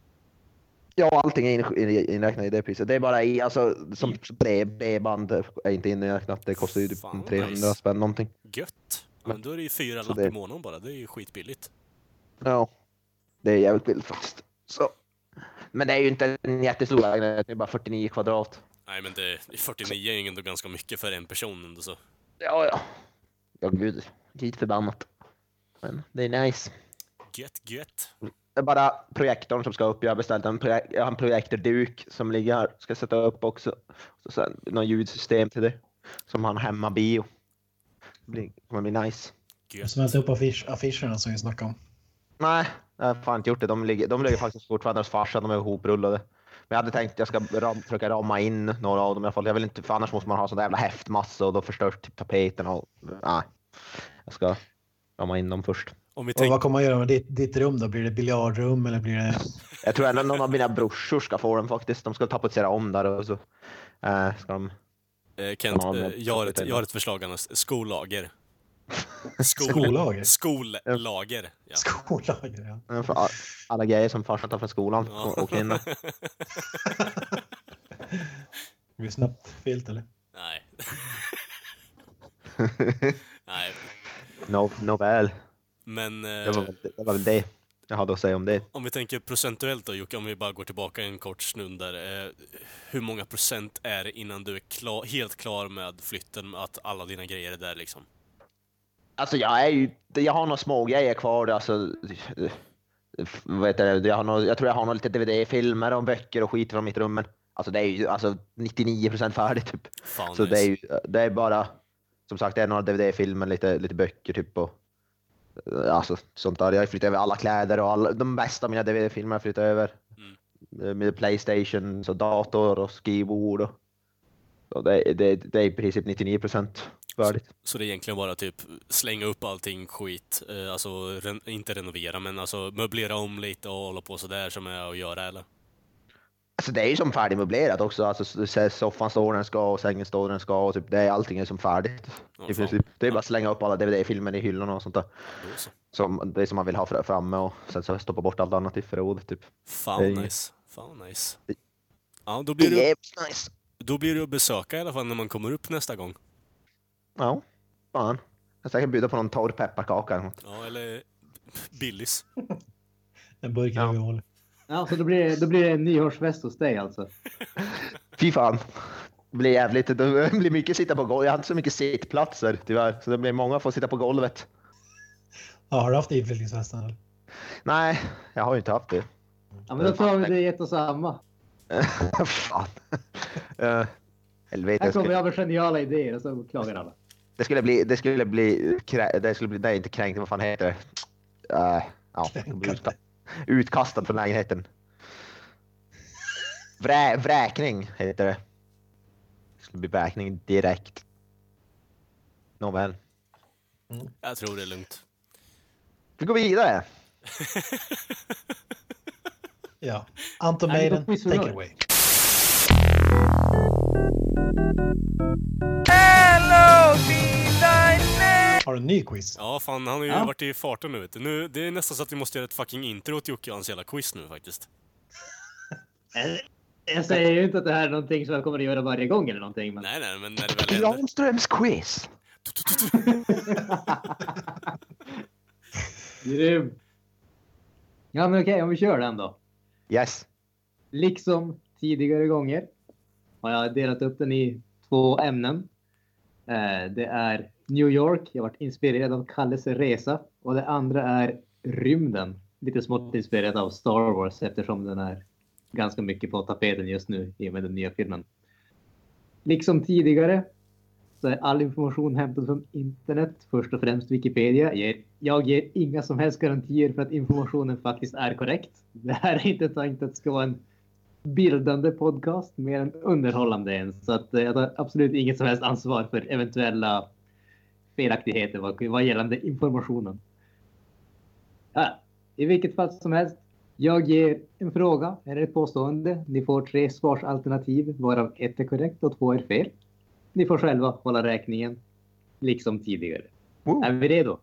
Ja, allting är inräknat i det priset. Det är bara som bredband är inte inräknat. Det kostar ju typ 300 spänn någonting. Gött! Men då är det ju 4 lapp i månaden bara. Det är ju skitbilligt. Ja, det är jävligt billigt faktiskt. Så. Men det är ju inte en jättestor lägenhet. Det är bara 49 kvadrat. Nej, men 49 är ändå ganska mycket för en person ändå så. Ja. Ja, gud. Gud förbannat. Men det är nice. Gött. Det är bara projektorn som ska upp. Jag har beställt jag har en projektorduk som ligger här. Ska sätta upp också. Så sen något ljudsystem till det. Som har en hemmabio. Det kommer bli nice. Gött. Som inte upp affischerna som vi snackade om. Nej, jag har fan inte gjort det. De ligger faktiskt fortfarande hos farsan. De är ihoprullade. Men jag hade tänkt att jag ska försöka ramma in några av dem i alla fall. Jag vill inte, för annars måste man ha sån där jävla häftmassa och då förstörs typ tapeten och nej. Jag ska ramma in dem först. Och vad kommer man göra med ditt rum då? Blir det biljardrum eller blir det... Jag tror att någon av mina brorsor ska få den faktiskt. De ska tapetsera om där och så ska de... Kent, jag har ett förslag annars. Skollager. Skollager? Skollager. Ja. Skollager, ja. För alla grejer som farsan tar från skolan och in. Blir det snabbt felt eller? Nej. Nej. Nåväl. Men det var väl det jag hade att säga om det. Om vi tänker procentuellt då, Jocke, om vi bara går tillbaka en kort snund där. Hur många procent är det innan du är helt klar med flytten, att alla dina grejer är där liksom? Alltså jag har några små grejer kvar. Alltså, jag tror jag har några lite DVD-filmer och böcker och skit från mitt rum. Men alltså det är ju 99% färdigt typ. Fan, så det är bara, som sagt, det är några DVD-filmer, lite böcker typ och alltså sånt där. Jag har flyttat över alla kläder och de bästa av mina DVD-filmer har flyttat över. Med PlayStation, så dator och skrivbord och det är i princip 99% färdigt. Så det är egentligen bara typ slänga upp allting skit, alltså inte renovera men alltså möblera om lite och hålla på så där som är att göra eller? Alltså det är ju som färdigmöblerat också. Alltså soffan står där den ska och sängen står där den ska och typ allting är som färdigt. I princip. Det är bara att slänga upp alla DVD-filmer i hyllorna och sånt där. Som det som man vill ha framme och sen så stoppa bort allt annat i förrådet typ. Fan nice. Ja, då blir det att besöka i alla fall när man kommer upp nästa gång. Ja, fan. Jag kan bjuda på någon torr pepparkaka eller något. Ja, eller Billys. En burk ravioli. Ja, så då blir det en nyårsfest hos dig alltså. Fy fan. Det blir jävligt. Det blir mycket sitta på golvet. Jag har inte så mycket sittplatser tyvärr. Så det blir många får sitta på golvet. Ja, har du haft inflyttningsfesten eller? Nej, jag har ju inte haft det. Ja, men då tar vi det ett och samma. Fan. Här kommer jag med geniala idéer och så klagar alla. Det skulle bli nej, inte kränkt, vad fan heter det? Ja, utkastad från lägenheten. Vräkning heter det. Det skulle bli vräkning direkt. Nåväl. Jag tror det är lugnt. Vi går vidare. Ja. Anton Maiden, take it away. Har du en ny quiz? Ja, fan, han har ju varit i farten nu, vet du. Det är nästan så att vi måste göra ett fucking intro till Jocke och hans jävla quiz nu, faktiskt. Jag säger ju inte att det här är någonting som jag kommer att göra varje gång eller någonting. Men... Nej, men när det väl händer. Granströms quiz. Grym. Ja, men okej, om vi kör den då. Yes. Liksom tidigare gånger har jag delat upp den i 2 ämnen. Det är New York. Jag har varit inspirerad av Kalles resa. Och det andra är rymden. Lite smått inspirerad av Star Wars eftersom den är ganska mycket på tapeten just nu i och med den nya filmen. Liksom tidigare så är all information hämtad från internet. Först och främst Wikipedia. Jag ger inga som helst garantier för att informationen faktiskt är korrekt. Det här är inte tänkt att det ska vara en bildande podcast, mer än underhållande än. Så att jag tar absolut inget som helst ansvar för eventuella felaktigheter vad gällande informationen. Ja, i vilket fall som helst. Jag ger en fråga eller ett påstående. Ni får 3 svarsalternativ, varav 1 är korrekt och 2 är fel. Ni får själva hålla räkningen, liksom tidigare. Är vi redo?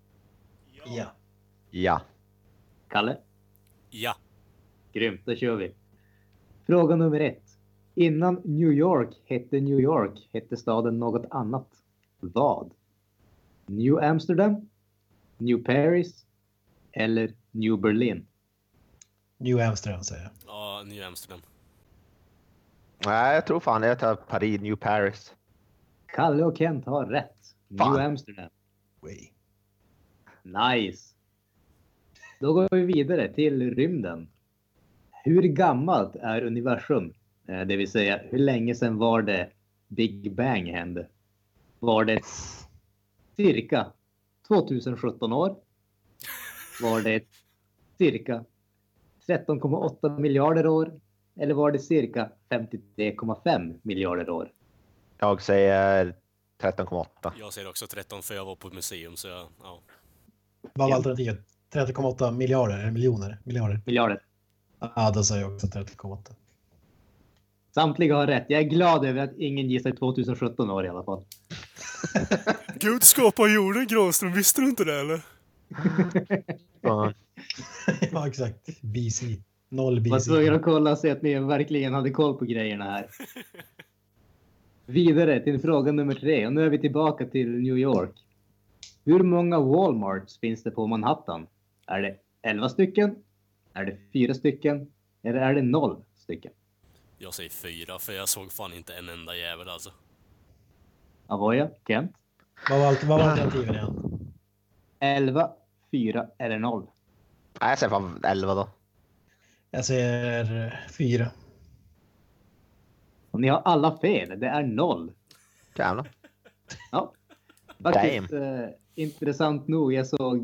Ja. Kalle? Ja. Grymt, då kör vi. Fråga nummer 1. Innan New York hette staden något annat. Vad? New Amsterdam, New Paris eller New Berlin? New Amsterdam säger jag. Ja, New Amsterdam. Nej, jag tror fan jag tar Paris, New Paris. Kalle och Kent har rätt. Fan. New Amsterdam. Way. Nice. Då går vi vidare till rymden. Hur gammalt är universum? Det vill säga, hur länge sedan var det Big Bang hände? Var det cirka 2017 år? Var det cirka 13,8 miljarder år? Eller var det cirka 53,5 miljarder år? Jag säger 13,8. Jag säger också 13 för jag var på ett museum så ja. Vad var alternativet? 30,8 miljarder eller miljoner? Miljarder. Ja, då säger jag också 30,8. Samtliga har rätt. Jag är glad över att ingen gissar 2017 år i alla fall. Gud skapade jorden, Granström. Visste du inte det eller? Ja, exakt. BC. 0 BC. Man tvungen att kolla så att ni verkligen hade koll på grejerna här. Vidare till fråga nummer 3. Och nu är vi tillbaka till New York. Hur många Walmarts finns det på Manhattan? Är det 11 stycken? Är det 4 stycken? Eller är det 0 stycken? Jag säger 4 för jag såg fan inte en enda jävel alltså. Avoya, Kent? Vad var alternativen igen? 11, 4 eller 0? Nej, jag säger fan 11 då. Jag säger 4. Och ni har alla fel. Det är 0. Jävlar. Ja. Faktiskt intressant nog. Jag såg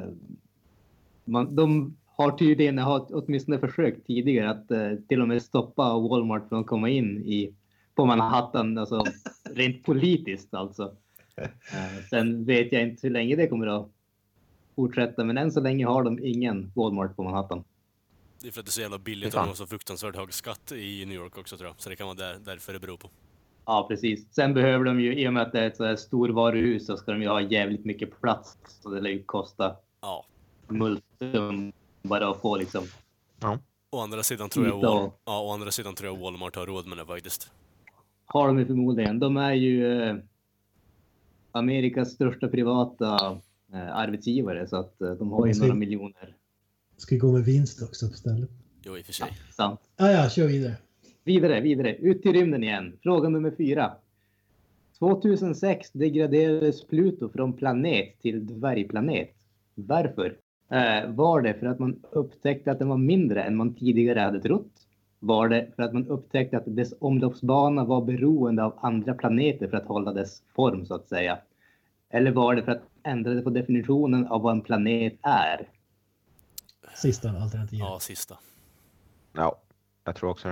de har tydligen åtminstone försökt tidigare att till och med stoppa Walmart från att komma in på Manhattan, alltså rent politiskt alltså. Sen vet jag inte hur länge det kommer att fortsätta, men än så länge har de ingen Walmart på Manhattan. Det är för att det är så jävla billigt och de har så fruktansvärt hög skatt i New York också, tror jag. Så det kan vara därför det beror på. Ja, precis. Sen behöver de ju, i och med att det är ett så här stor varuhus, så ska de ju ha jävligt mycket plats. Så det lär ju kosta multum bara att få liksom. Ja. Å andra sidan tror jag Walmart har råd med det faktiskt. Har de ju förmodligen. De är ju Amerikas största privata arbetsgivare, så att de har ju några miljoner. Ska gå med vinst också på stället. Jo, i och för sig. Ja, sant. Ja, kör vidare. Vidare. Ut till rymden igen. Fråga nummer 4. 2006 degraderades Pluto från planet till dvärgplanet. Varför? Var det för att man upptäckte att den var mindre än man tidigare hade trott? Var det för att man upptäckte att dess omloppsbana var beroende av andra planeter för att hålla dess form, så att säga? Eller var det för att ändra på definitionen av vad en planet är? Sista alternativet. Ja, sista. Ja, jag tror också det.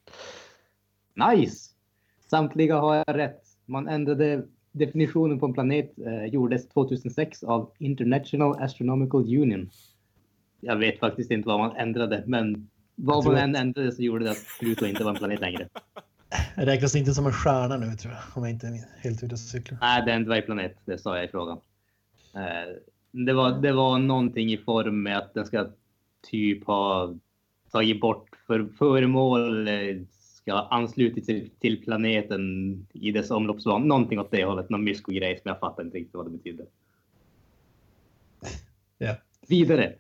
Nice! Samtliga har jag rätt. Man ändrade definitionen på en planet gjordes 2006 av International Astronomical Union. Jag vet faktiskt inte vad man ändrade, men vad man än ändrade så gjorde det att Pluto inte var en planet längre. Det räknas inte som en stjärna nu, tror jag, om jag inte är helt ute och cyklar. Nej, det är en dvärgplanet, det sa jag i frågan. Det var någonting i form med att den ska typ ha tagit bort föremål, ska ha anslutit sig till planeten i dess omloppsbana. Någonting åt det hållet, någon mysko-grej som jag fattar inte riktigt vad det betyder. Ja. Vidare.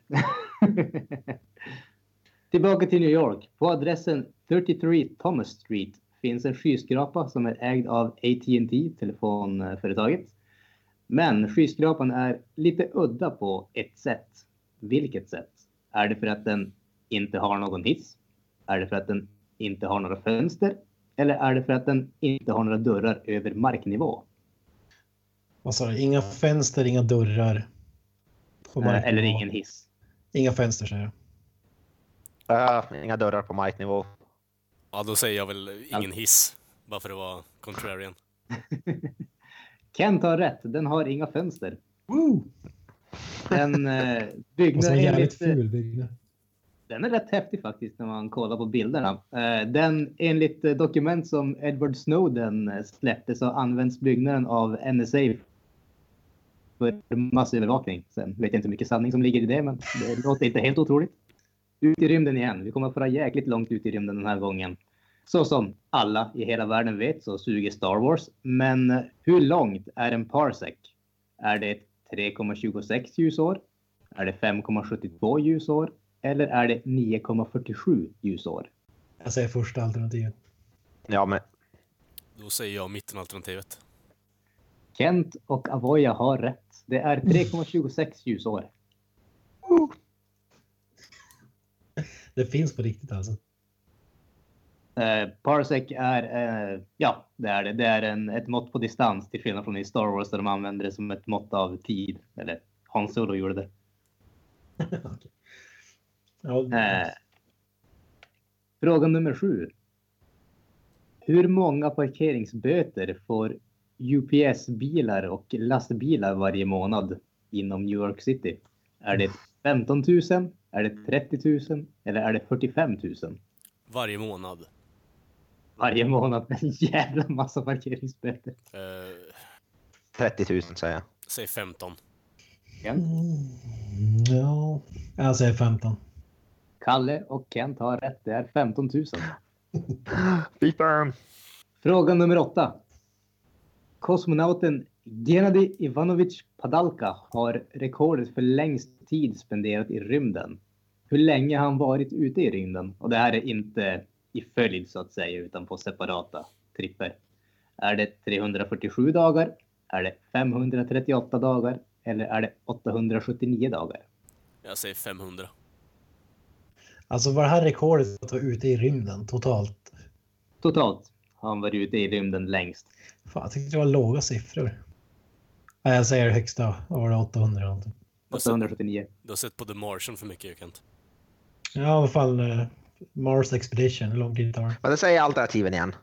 Tillbaka till New York. På adressen 33 Thomas Street finns en skyskrapa som är ägd av AT&T, telefonföretaget. Men skyskrapan är lite udda på ett sätt. Vilket sätt? Är det för att den inte har någon hiss? Är det för att den inte har några fönster? Eller är det för att den inte har några dörrar över marknivå? Vad sa du? Inga fönster, inga dörrar. Eller ingen hiss. Inga fönster, säger jag. Inga dörrar på marknivå. Ja, då säger jag väl ingen hiss. Bara för att vara contrarian. Kent har rätt. Den har inga fönster. Woo! Den byggnaden är jävligt ful byggnad. Den är rätt häftig faktiskt när man kollar på bilderna. Den, enligt dokument som Edward Snowden släppte, så används byggnaden av NSA för massövervakning. Sen vet jag inte hur mycket sanning som ligger i det, men det låter inte helt otroligt. Ut i rymden igen. Vi kommer att föra jäkligt långt ut i rymden den här gången. Så som alla i hela världen vet så suger Star Wars. Men hur långt är en parsec? Är det 3,26 ljusår? Är det 5,72 ljusår? Eller är det 9,47 ljusår? Jag säger första alternativet. Ja, men... Då säger jag mittenalternativet. Kent och Avoya har rätt. Det är 3,26 ljusår. Det finns på riktigt alltså. Parsec är, ja, det är det. Det är ett mått på distans, till skillnad från i Star Wars där de använder det som ett mått av tid. Eller Han Solo gjorde det. Okay. Ja. Fråga nummer 7. Hur många parkeringsböter får UPS-bilar och lastbilar varje månad inom New York City? Är det 15 000? Är det 30 000? Eller är det 45 000? Varje månad. Varje månad med en jävla massa parkeringsböter. 30 000 säger jag. Säg 15. Ja, jag säger 15. Kalle och Kent har rätt. Det är 15 000. Beeper. Fråga nummer 8. Kosmonauten Gennady Ivanovich Padalka har rekordet för längst tid spenderat i rymden. Hur länge har han varit ute i rymden? Och det här är inte i följd så att säga, utan på separata tripper. Är det 347 dagar? Är det 538 dagar? Eller är det 879 dagar? Jag säger 500. Alltså var det här rekordet att vara ute i rymden totalt? Totalt har han varit ute i rymden längst. Fan, jag tyckte det var låga siffror. Nej, jag säger högsta. Var det 800 eller någonting? 879. Du har sett på The Martian för mycket, Kent. Ja, i alla fall Mars Expedition. Hur lång tid tar det? Men det säger alternativen igen.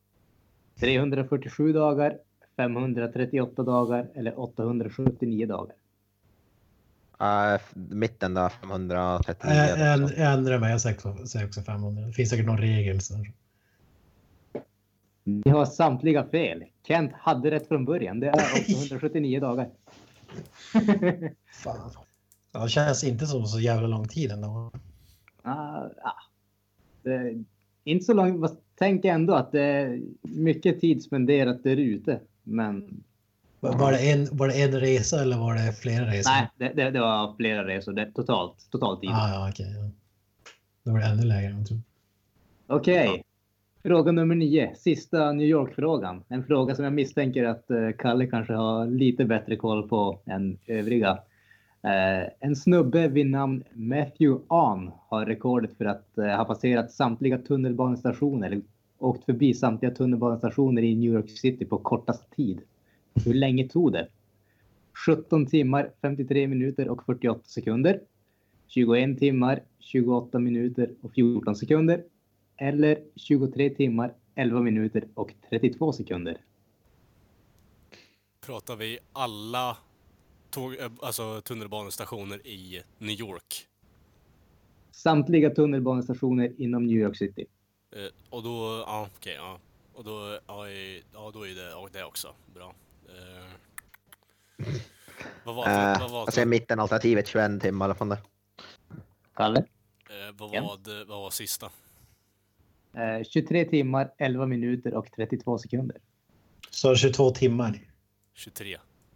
347 dagar, 538 dagar eller 879 dagar. Mitten då, 539. Jag ändrar mig, jag säger också 500. Det finns säkert någon regel. Så. Ni har samtliga fel. Kent hade rätt från början. Det är 879 dagar. Fan. Ja, det känns inte som så jävla lång tid ändå. Det är inte så långt. Jag tänker ändå att det är mycket tid spenderat där ute. Men... Var det en resa eller var det flera resor? Nej, det var flera resor. Det totalt tid. Ja, okej. Ja. Då var det ännu lägre, jag tror. Okej. Fråga nummer 9. Sista New York-frågan. En fråga som jag misstänker att Kalle kanske har lite bättre koll på än övriga. En snubbe vid namn Matthew Ahn har rekordet för att ha passerat samtliga tunnelbanestationer eller åkt förbi samtliga tunnelbanestationer i New York City på kortast tid. Hur länge tog det? 17 timmar, 53 minuter och 48 sekunder. 21 timmar, 28 minuter och 14 sekunder. Eller 23 timmar, 11 minuter och 32 sekunder. Pratar vi alla tunnelbanestationer i New York? Samtliga tunnelbanestationer inom New York City. Och då, ja okej, ja. Och då, då är det också bra. Vad var jag säger mitten alternativet 21 timmar i alla fall. Kalle? Vad var sista? 23 timmar, 11 minuter och 32 sekunder. Så 22 timmar. 23.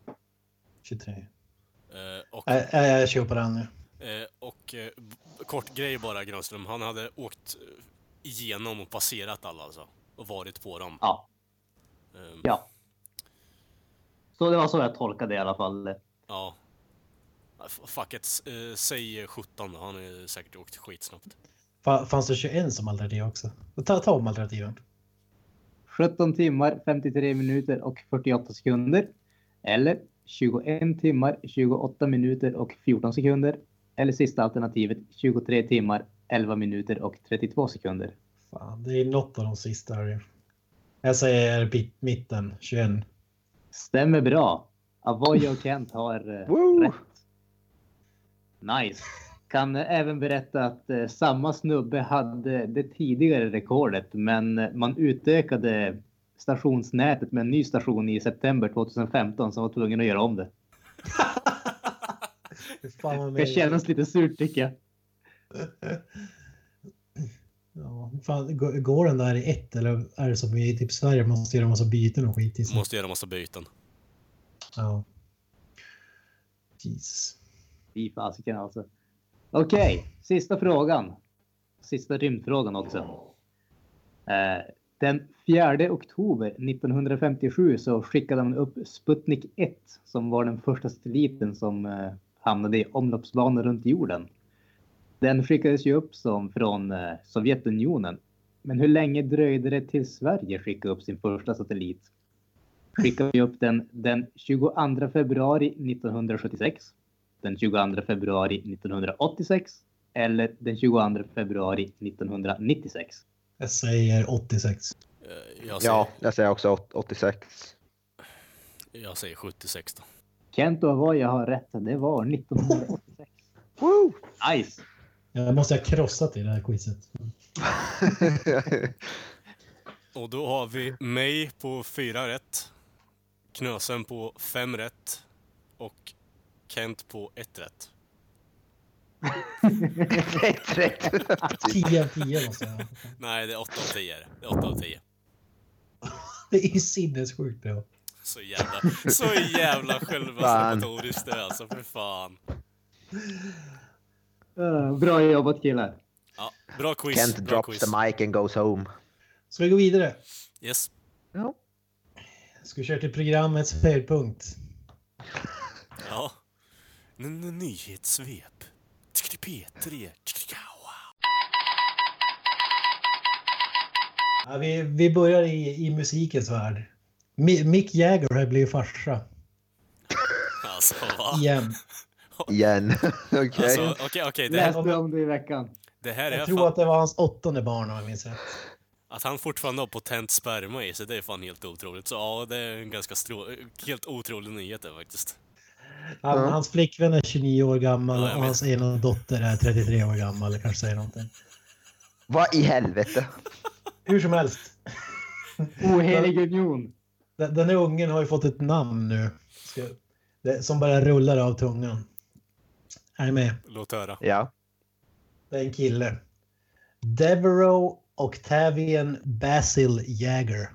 Jag köper den nu. Kort grej bara, Granström. Han hade åkt igenom och passerat alla alltså. Och varit på dem. Ja. Ja. Så det var så jag tolkade i alla fall. Ja. Fuck it. Säg 17 då. Han är säkert åkt skitsnabbt. Fanns det 21 som alternativ också? Ta om alternativen. 17 timmar, 53 minuter och 48 sekunder. Eller 21 timmar, 28 minuter och 14 sekunder. Eller sista alternativet 23 timmar, 11 minuter och 32 sekunder. Fan, det är något av de sista här. Jag säger mitten, 21. Stämmer bra. Avoy och Kent har rätt. Nice. Kan även berätta att samma snubbe hade det tidigare rekordet, men man utökade stationsnätet med en ny station i september 2015 som var tvungen att göra om det. Det känns lite surt tycker jag. Ja, fan, går den där i ett eller är det som i typ Sverige måste göra massa byten och skit i sig? Måste göra massa byten. Ja. Jesus. Fy fasiken alltså. Okej, sista frågan. Sista rymdfrågan också. Den 4 oktober 1957 så skickade man upp Sputnik 1 som var den första satelliten som hamnade i omloppsbanor runt jorden. Den skickades ju upp som från Sovjetunionen. Men hur länge dröjde det till Sverige skickade upp sin första satellit? Skickade vi upp den 22 februari 1976, den 22 februari 1986 eller den 22 februari 1996? Jag säger 86. Jag säger också 86. Jag säger 76 då. Kent och vad jag har rätt, det var 1986. Woo! Nice! Jag måste ha krossat i det här quizet. Och då har vi mig på 4 rätt. Knösen på 5 rätt. Och Kent på 1 rätt. 1 rätt. 10 av 10 måste jag. Nej, det är 8 av 10. Det är 8 av 10. Det är sinnessjukt det. Så jävla självastapatoriskt det alltså, för fan. Bra jobbat killar. Ja, bra quiz. Kent bra drops quiz. the mic and goes home. Ska vi gå vidare? Yes. Ja. Ska vi köra till programmets höjdpunkt? Ja. Nyhetssvep. P3. Ja, vi börjar i musikens värld. Mick Jagger har blivit farsa. Alltså, va? Igen. Okej. Alltså, okej. Läste om det i veckan. Det här är Jag tror att det var hans 8:e barn om jag minns rätt. Att han fortfarande har potent sperma i sig, det är fan helt otroligt. Så ja, det är en ganska helt otrolig nyhet det faktiskt. Hans flickvän är 29 år gammal Ja, och hans ena dotter är 33 år gammal. Eller kanske säger någonting. Vad i helvete? Hur som helst. Ohelig union. Den här ungen har ju fått ett namn nu. Som bara rullar av tungan. Är ni med? Låt höra. Ja. Det är en kille. Devereaux Octavian Basil Jagger.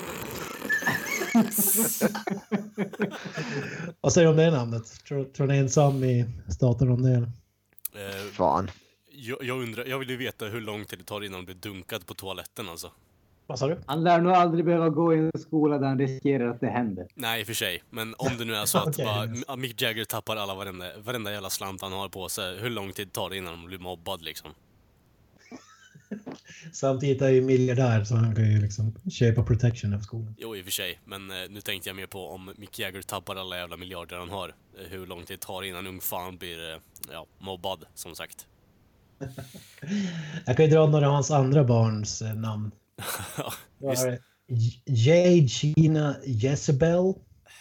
Vad säger du om det namnet? Tror ni är ensam i staten om det? Fan. Jag undrar, jag vill ju veta hur lång tid det tar innan de blir dunkad på toaletten alltså. Vad sa du? Han lär nog aldrig behöva gå i en skola där han riskerar att det händer. Nej, i och för sig. Men om det nu är så att Okej. bara Mick Jagger tappar alla varenda jävla slant han har på sig. Hur lång tid tar det innan de blir mobbad liksom? Samtidigt är ju miljardär så han kan ju liksom köpa protection av skolan. Jo, i och för sig. Men nu tänkte jag mer på om Mick Jagger tappar alla jävla miljarder han har. Hur lång tid det tar innan ung fan blir mobbad, som sagt. Jag kan ju dra några av hans andra barns namn. Visst. Jade Gina Jezebel.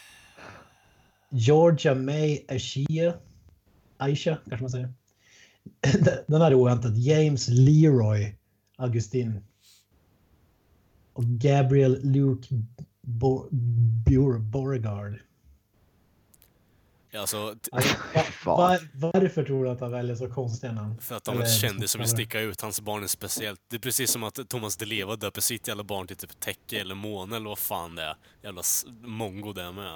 Georgia May Aisha kanske man säger. Den här är oväntat. James Leroy Augustin. Och Gabriel Luke Beauregard. Alltså, Varför tror du att han väljer så konstiga namn? för att de kände som vill sticka ut. Hans barn är speciellt. Det är precis som att Thomas Di Leva döper sitt jävla barn till typ Täcke eller Måne eller vad fan det är. Jävla mongo där med.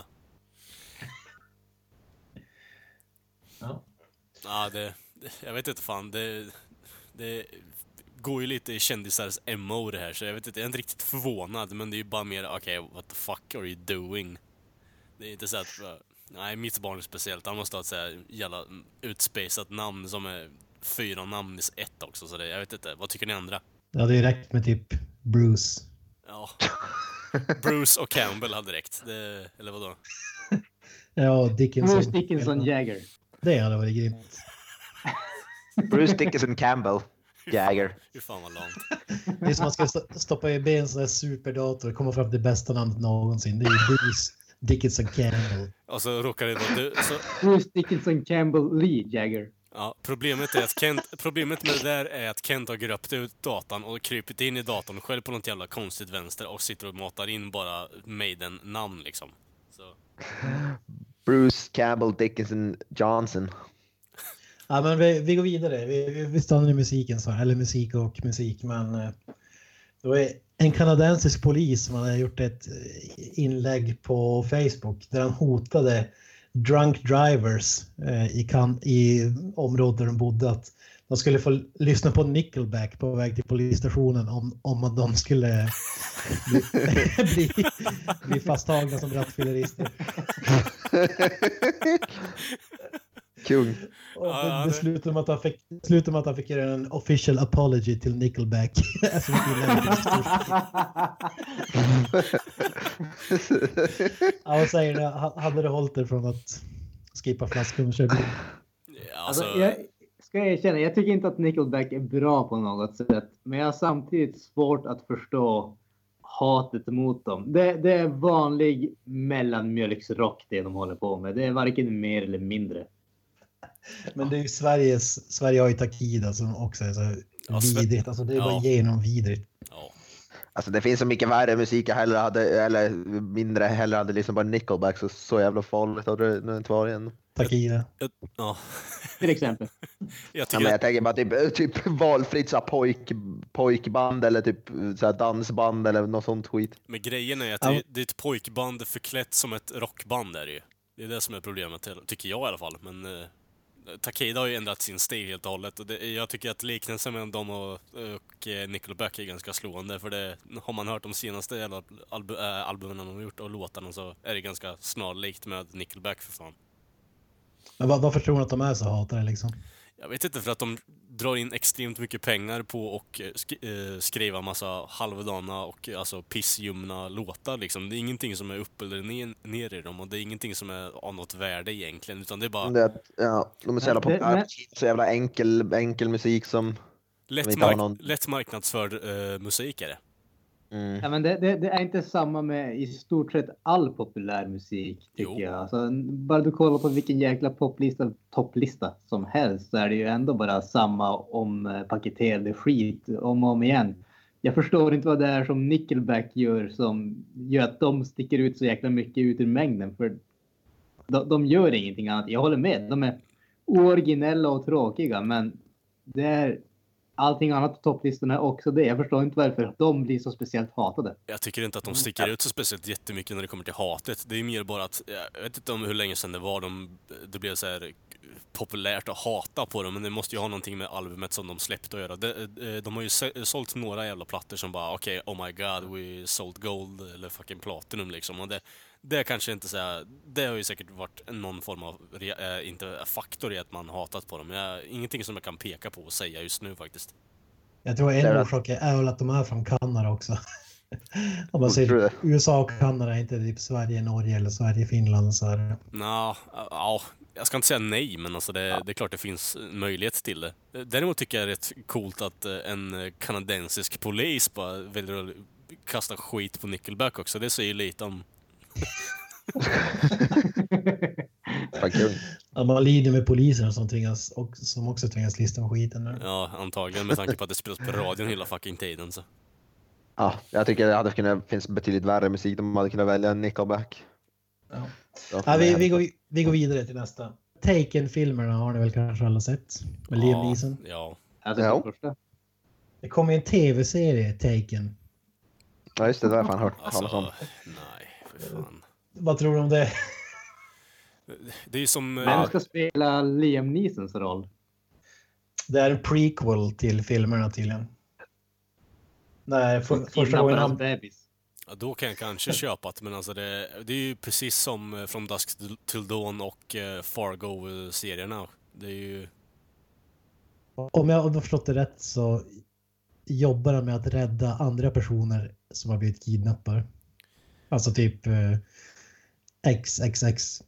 Ja. Ja, jag vet inte fan. Det går ju lite i kändisars MO det här. Så jag vet inte, jag är inte riktigt förvånad. Men det är ju bara mer, okej, what the fuck are you doing? Det är inte så att... Nej, mitt barn är speciellt. Han måste ha ett så här jävla utspejsat namn som är 4 namn i ett också. Så jag vet inte. Vad tycker ni andra? Ja, det är räckt med typ Bruce. Ja. Bruce och Campbell hade räckt. Eller vadå? Ja, Dickinson. Bruce Dickinson Jagger. Det hade varit grymt. Bruce Dickinson Campbell Jagger. Hur fan vad långt. Det är som man ska stoppa i en sån här superdator och komma fram till bästa namnet någonsin. Det är ju Bruce Dickinson Campbell. Och så råkar det vara du. Bruce Dickinson Campbell Lee Jagger. Ja, problemet med det där är att Kent har gröpt ut datan och krypit in i datorn själv på något jävla konstigt vänster och sitter och matar in bara Maiden-namn liksom. Så. Bruce Campbell Dickinson Johnson. Ja, men vi går vidare. Vi stannar i musiken så här, eller musik och musik, men då är en kanadensisk polis som hade gjort ett inlägg på Facebook där han hotade drunk drivers i området där de bodde att de skulle få lyssna på Nickelback på väg till polisstationen om att de skulle bli fasttagna som rattfyllerister. Kung. Och det slutade med att han fick göra en official apology till Nickelback. Vad säger du? Hade det hållit det från att skippa flaskan och köra bil? Alltså, jag ska erkänna, jag tycker inte att Nickelback är bra på något sätt. Men jag har samtidigt svårt att förstå hatet mot dem. Det är vanlig mellanmjölksrock det de håller på med. Det är varken mer eller mindre. Men det är ju Sverige har ju Takida som också är så vidrigt. Alltså det är bara genomvidrigt. Ja. Alltså det finns så mycket värre musik jag hellre hade, eller mindre hellre hade liksom bara Nickelback, så jävla farligt hade det inte varit än. Takida. Ja. Till exempel. Jag tänker bara typ valfritt så pojkband eller typ så dansband eller något sånt skit. Men grejen är att det är ett pojkband förklätt som ett rockband är det ju. Det är det som är problemet, tycker jag i alla fall. Men Takida har ju ändrat sin stil helt och hållet. Och jag tycker att liknelsen mellan dem och Nickelback är ganska slående. För det har man hört de senaste albumen de har gjort och låtarna, så är det ganska snarlikt med Nickelback för fan. Men varför tror du att de är så hatade liksom? Jag vet inte, för att de drar in extremt mycket pengar på och skriva massa halvdana och alltså pissljumna låtar liksom. Det är ingenting som är upp eller ner i dem, och det är ingenting som är av något värde egentligen, utan det är bara... De är så jävla populära, så jävla enkel musik som... Lätt marknadsförd musik är det. Ja, men det är inte samma med i stort sett all populär musik tycker jag. Alltså, bara du kollar på vilken jäkla topplista som helst så är det ju ändå bara samma paketerade skit om och om igen. Jag förstår inte vad det är som Nickelback gör som gör att de sticker ut så jäkla mycket ut ur mängden. För de gör ingenting annat. Jag håller med. De är originella och tråkiga. Men det är allting annat på topplistorna är också det. Jag förstår inte varför de blir så speciellt hatade. Jag tycker inte att de sticker ut så speciellt jättemycket när det kommer till hatet. Det är mer bara att, jag vet inte om hur länge sedan det var det blev så här populärt att hata på dem, men det måste ju ha någonting med albumet som de släppte att göra. De har ju sålt några jävla plattor som bara okej, oh my god, we sold gold eller fucking platinum liksom. Och det kanske inte så här, det har ju säkert varit någon form av inte faktor i att man hatat på dem. Ingenting som jag kan peka på och säga just nu faktiskt. Jag tror en orsak är väl att de är från Kanada också. Om man säger USA och Kanada, inte typ Sverige, Norge eller Sverige, Finland så här. Ja, jag ska inte säga nej, men alltså det är klart det finns möjlighet till det. Däremot tycker jag det är rätt coolt att en kanadensisk polis bara väljer att kasta skit på Nickelback också. Det säger lite om... Man lider med poliser som också tvingas lista om skiten nu. Ja, antagligen med tanke på att det spelas på radion hela fucking tiden så. Ja, jag tycker det finns betydligt värre musik. De hade kunnat välja Nickelback. Ja, vi går vidare till nästa. Taken-filmerna har ni väl kanske alla sett? Med Liam Neeson. Ja. Det kommer en tv-serie, Taken. Ja, just det. Det har jag fan hört. Alltså, nej, för fan. Vad tror du om det? Det är ju som... Vem ska spela Liam Neesons roll? Det är en prequel till filmerna tydligen. Nej, första gången han... Ja, då kan jag kanske köpa det, men alltså det är ju precis som från Dusk till Dawn och Fargo-serierna. Det är ju... Om jag har förstått det rätt så jobbar han med att rädda andra personer som har blivit kidnappade. Alltså typ XXX.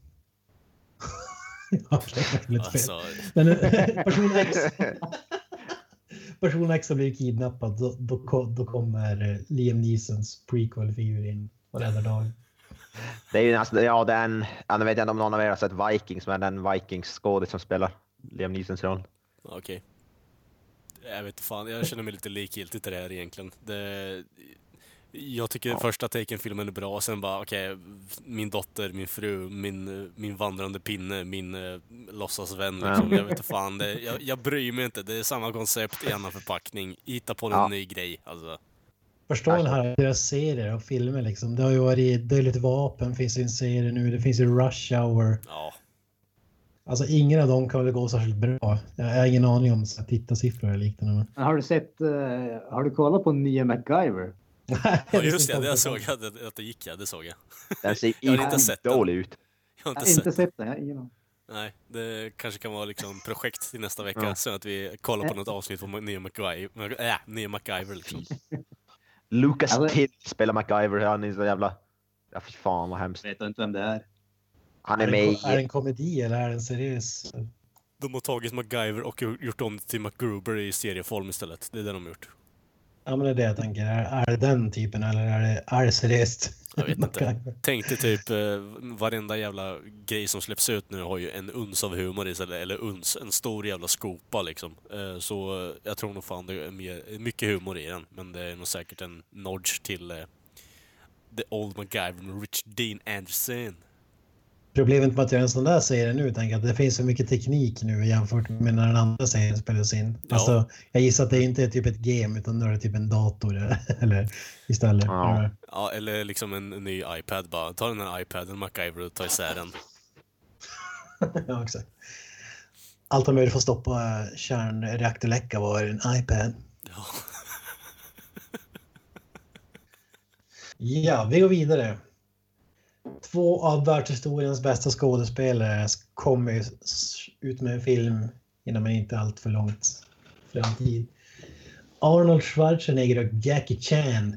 Ja, det lite fel. Alltså... Men person X har blivit kidnappad, då kommer Liam Neesons prequel-figur in och räddar dagen. Det är ju nästan, jag vet inte om någon av er har sett Vikings, men den Vikings-skådis som spelar Liam Neesons roll. Okej. Jag vet fan, jag känner mig lite likgiltig till det här egentligen. Jag tycker första Taken-filmen är bra, och sen bara min dotter, min fru, min vandrande pinne, min låtsasvän liksom. Jag vet inte fan, jag bryr mig inte. Det är samma koncept i annan förpackning. Hitta på en ny grej alltså. Förstår ni här deras serier och filmer liksom. Det har ju varit Dödligt vapen, finns i en serie nu. Det finns ju Rush Hour. Ja. Alltså ingen av dem kan väl gå särskilt bra. Jag har ingen aning om tittarsiffror eller liknande. Har du kollat på nya MacGyver? Ja, just det, jag såg att det gick, det såg jag. Den ser inte sett dålig ut. Jag har inte sett den. Nej, det kanske kan vara liksom projekt till nästa vecka, så att vi kollar på något avsnitt på nya MacGyver liksom. Lucas Till spelar MacGyver, han är så jävla... Ja, fy fan vad hemskt. Vet inte vem det är. Han är med i... Är det en komedi eller är det en seriös? De har tagit MacGyver och gjort om till MacGruber i serieform istället. Det är det de har gjort. Ja, men det är det jag tänker. Är det den typen eller är det seriöst? Jag vet inte. Tänk dig typ varenda jävla grej som släpps ut nu har ju en uns av humor istället, eller en stor jävla skopa liksom. Så jag tror nog fan det är mycket humor i den, men det är nog säkert en nodge till The Old MacGyver med Rich Dean Anderson. Problemet med att göra en sån där serie nu, tänker jag att det finns så mycket teknik nu jämfört med när den andra serien spelades in. Ja. Alltså, jag gissar att det inte är typ ett game utan det är typ en dator eller istället. Ja, eller liksom en ny iPad bara. Ta den här iPaden, MacGyver, och ta isär den. Ja, exakt. Allt de behöver få stoppa kärnreaktorläcka var en iPad. Ja. Ja, vi går vidare. 2 av världshistoriens bästa skådespelare kommer ut med en film inom en inte allt för långt framtid. Arnold Schwarzenegger och Jackie Chan.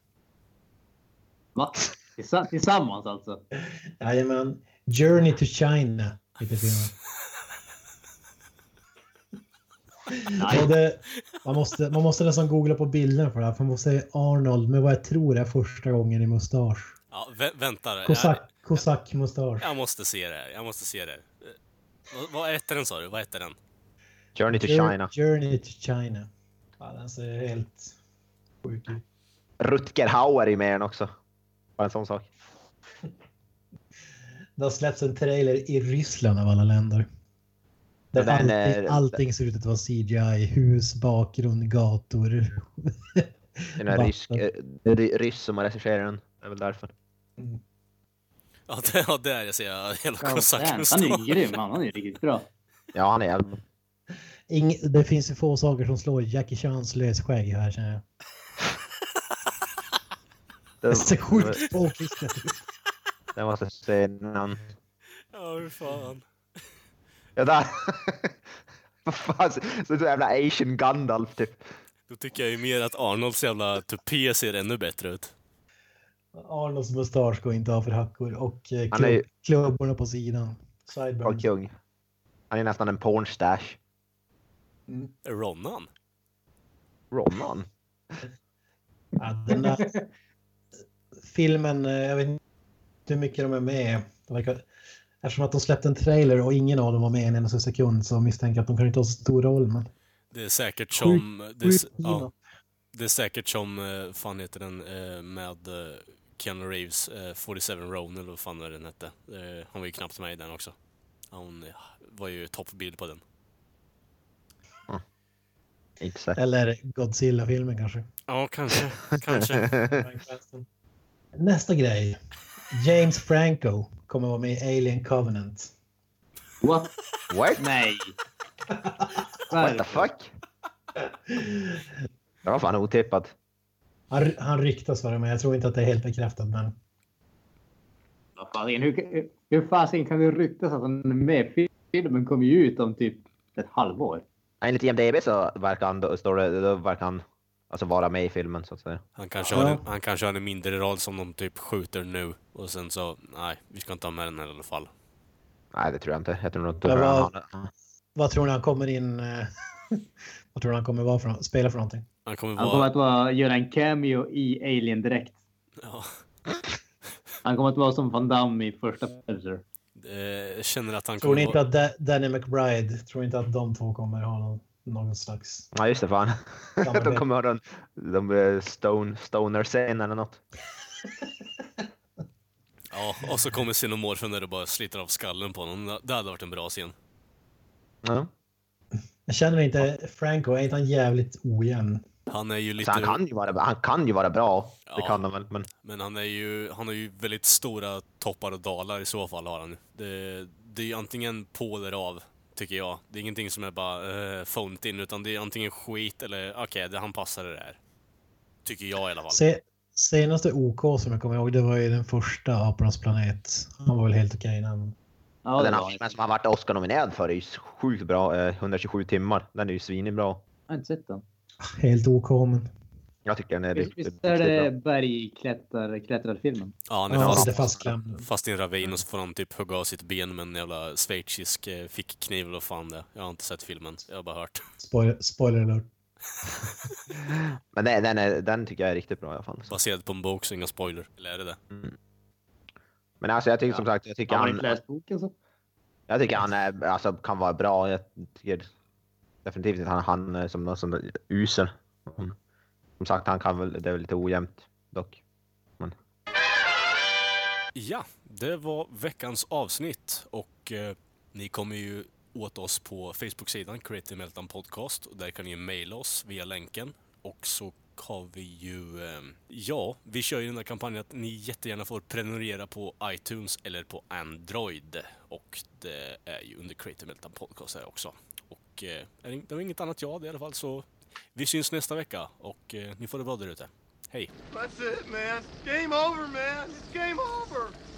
Va? Tillsammans alltså? Jajamän. Journey to China heter filmen. Man måste nästan googla på bilden för det här. För man måste säga Arnold med vad jag tror är första gången i mustasch. Ja, vänta. Kosack-mustasch. Jag måste se det. Vad heter den, sa du? Vad heter den? Journey to China. Journey to China. Ja, den ser helt sjuk ut. Rutger Hauer i med den också. Bara en sån sak. Det har släppts en trailer i Ryssland av alla länder. Där allting ser ut att vara CGI. Hus, bakgrund, gator. Den är ryss som har regisserat den. Det är väl därför. Mm. Ja, där jag ser hela kosacken. Han är ju grym, han är riktigt bra. Ja, han är jävla. Det finns ju få saker som slår Jackie Chans lösskägg här, känner jag. Det ser sjukt påklistat ut. Det måste se någon. Ja, hur fan. Ja, där. Vad fan, så jävla Asian Gandalf typ. Då tycker jag ju mer att Arnolds jävla tupé ser ännu bättre ut. Arnolds mustasch går inte av för hackor och klubborna på sidan. Och kung. Han är nästan en pornstash. Ronan? Ja, den där filmen, jag vet inte hur mycket de är med. Eftersom att de släppte en trailer och ingen av dem var med en sekund, så misstänker jag att de kan inte ha så stor roll. Men... Det är säkert som... Det är säkert som, fan heter den, med Keanu Reeves, 47 Ronin, eller vad fan den hette. Han var ju knappt med i den också. Han var ju toppbild på den. Eller Godzilla-filmen kanske. Ja, kanske. Nästa grej. James Franco kommer vara med i Alien Covenant. What? Nej. What the fuck? Det var fan otippat. Han ryktas vara med. Jag tror inte att det är helt bekräftat, men... Hur fasen kan det ryktas att han är med? Filmen kommer ju ut om typ ett halvår. Enligt IMDb så verkar han alltså vara med i filmen, så att säga. Han kanske har en mindre roll som de typ skjuter nu. Och sen så, nej, vi ska inte ha med den här i alla fall. Nej, det tror jag inte. Jag tror nog vad tror ni han kommer in... vad tror ni han kommer spela för någonting? Han kommer att göra en cameo i Alien direkt. Ja. Han kommer att vara som Van Damme i första Predator. Känner att han tror ni inte att Danny McBride, tror inte att de två kommer ha någon slags... Ja, just det, fan. De kommer ha de stoner-scen eller något. Ja, och så kommer Xenomorphen där och bara sliter av skallen på honom. Det hade varit en bra scen. Ja. Jag känner inte, Franco, är inte han jävligt ojämn? Han är ju lite... Han kan ju vara bra. Ja, det kan han väl, men han har ju väldigt stora toppar och dalar i så fall, har han. Det är ju antingen på eller av, tycker jag. Det är ingenting som är bara phoned in, utan det är antingen skit eller okej, han passar det där. Tycker jag i alla fall. Senaste OK som jag kommer ihåg, det var ju den första Apornas planet. Han var väl helt okej innan. Ja, den här filmen som har varit Oscar-nominerad för är ju sjukt bra. 127 timmar. Den är ju svinbra. Jag har inte sett den. Helt OK, men... Jag tycker den är Visst är det bergklättrarfilmen? Ja, han är fast i en ravin och så får han typ hugga av sitt ben med en jävla schweizisk fickkniv eller vad fan det. Jag har inte sett filmen, jag har bara hört. Spoiler alert. Men den tycker jag är riktigt bra i alla fall. Baserad på en bok, så inga spoiler. Eller är det det? Mm. Men alltså jag tycker som sagt, jag tycker han är, alltså, kan vara bra. Jag tycker definitivt att han är som usel. Som sagt, han kan väl, det är väl lite ojämnt dock. Men... Ja, det var veckans avsnitt och ni kommer ju åt oss på Facebook-sidan Creative Meltdown Podcast och där kan ni mejla oss via länken. Och så har vi ju, vi kör ju den här kampanjen att ni jättegärna får prenumerera på iTunes eller på Android. Och det är ju under Creative Meltdown Podcast här också. Och det var inget annat i alla fall, så vi syns nästa vecka och ni får det bra där ute. Hej! That's it, man. Game over, man. It's game over.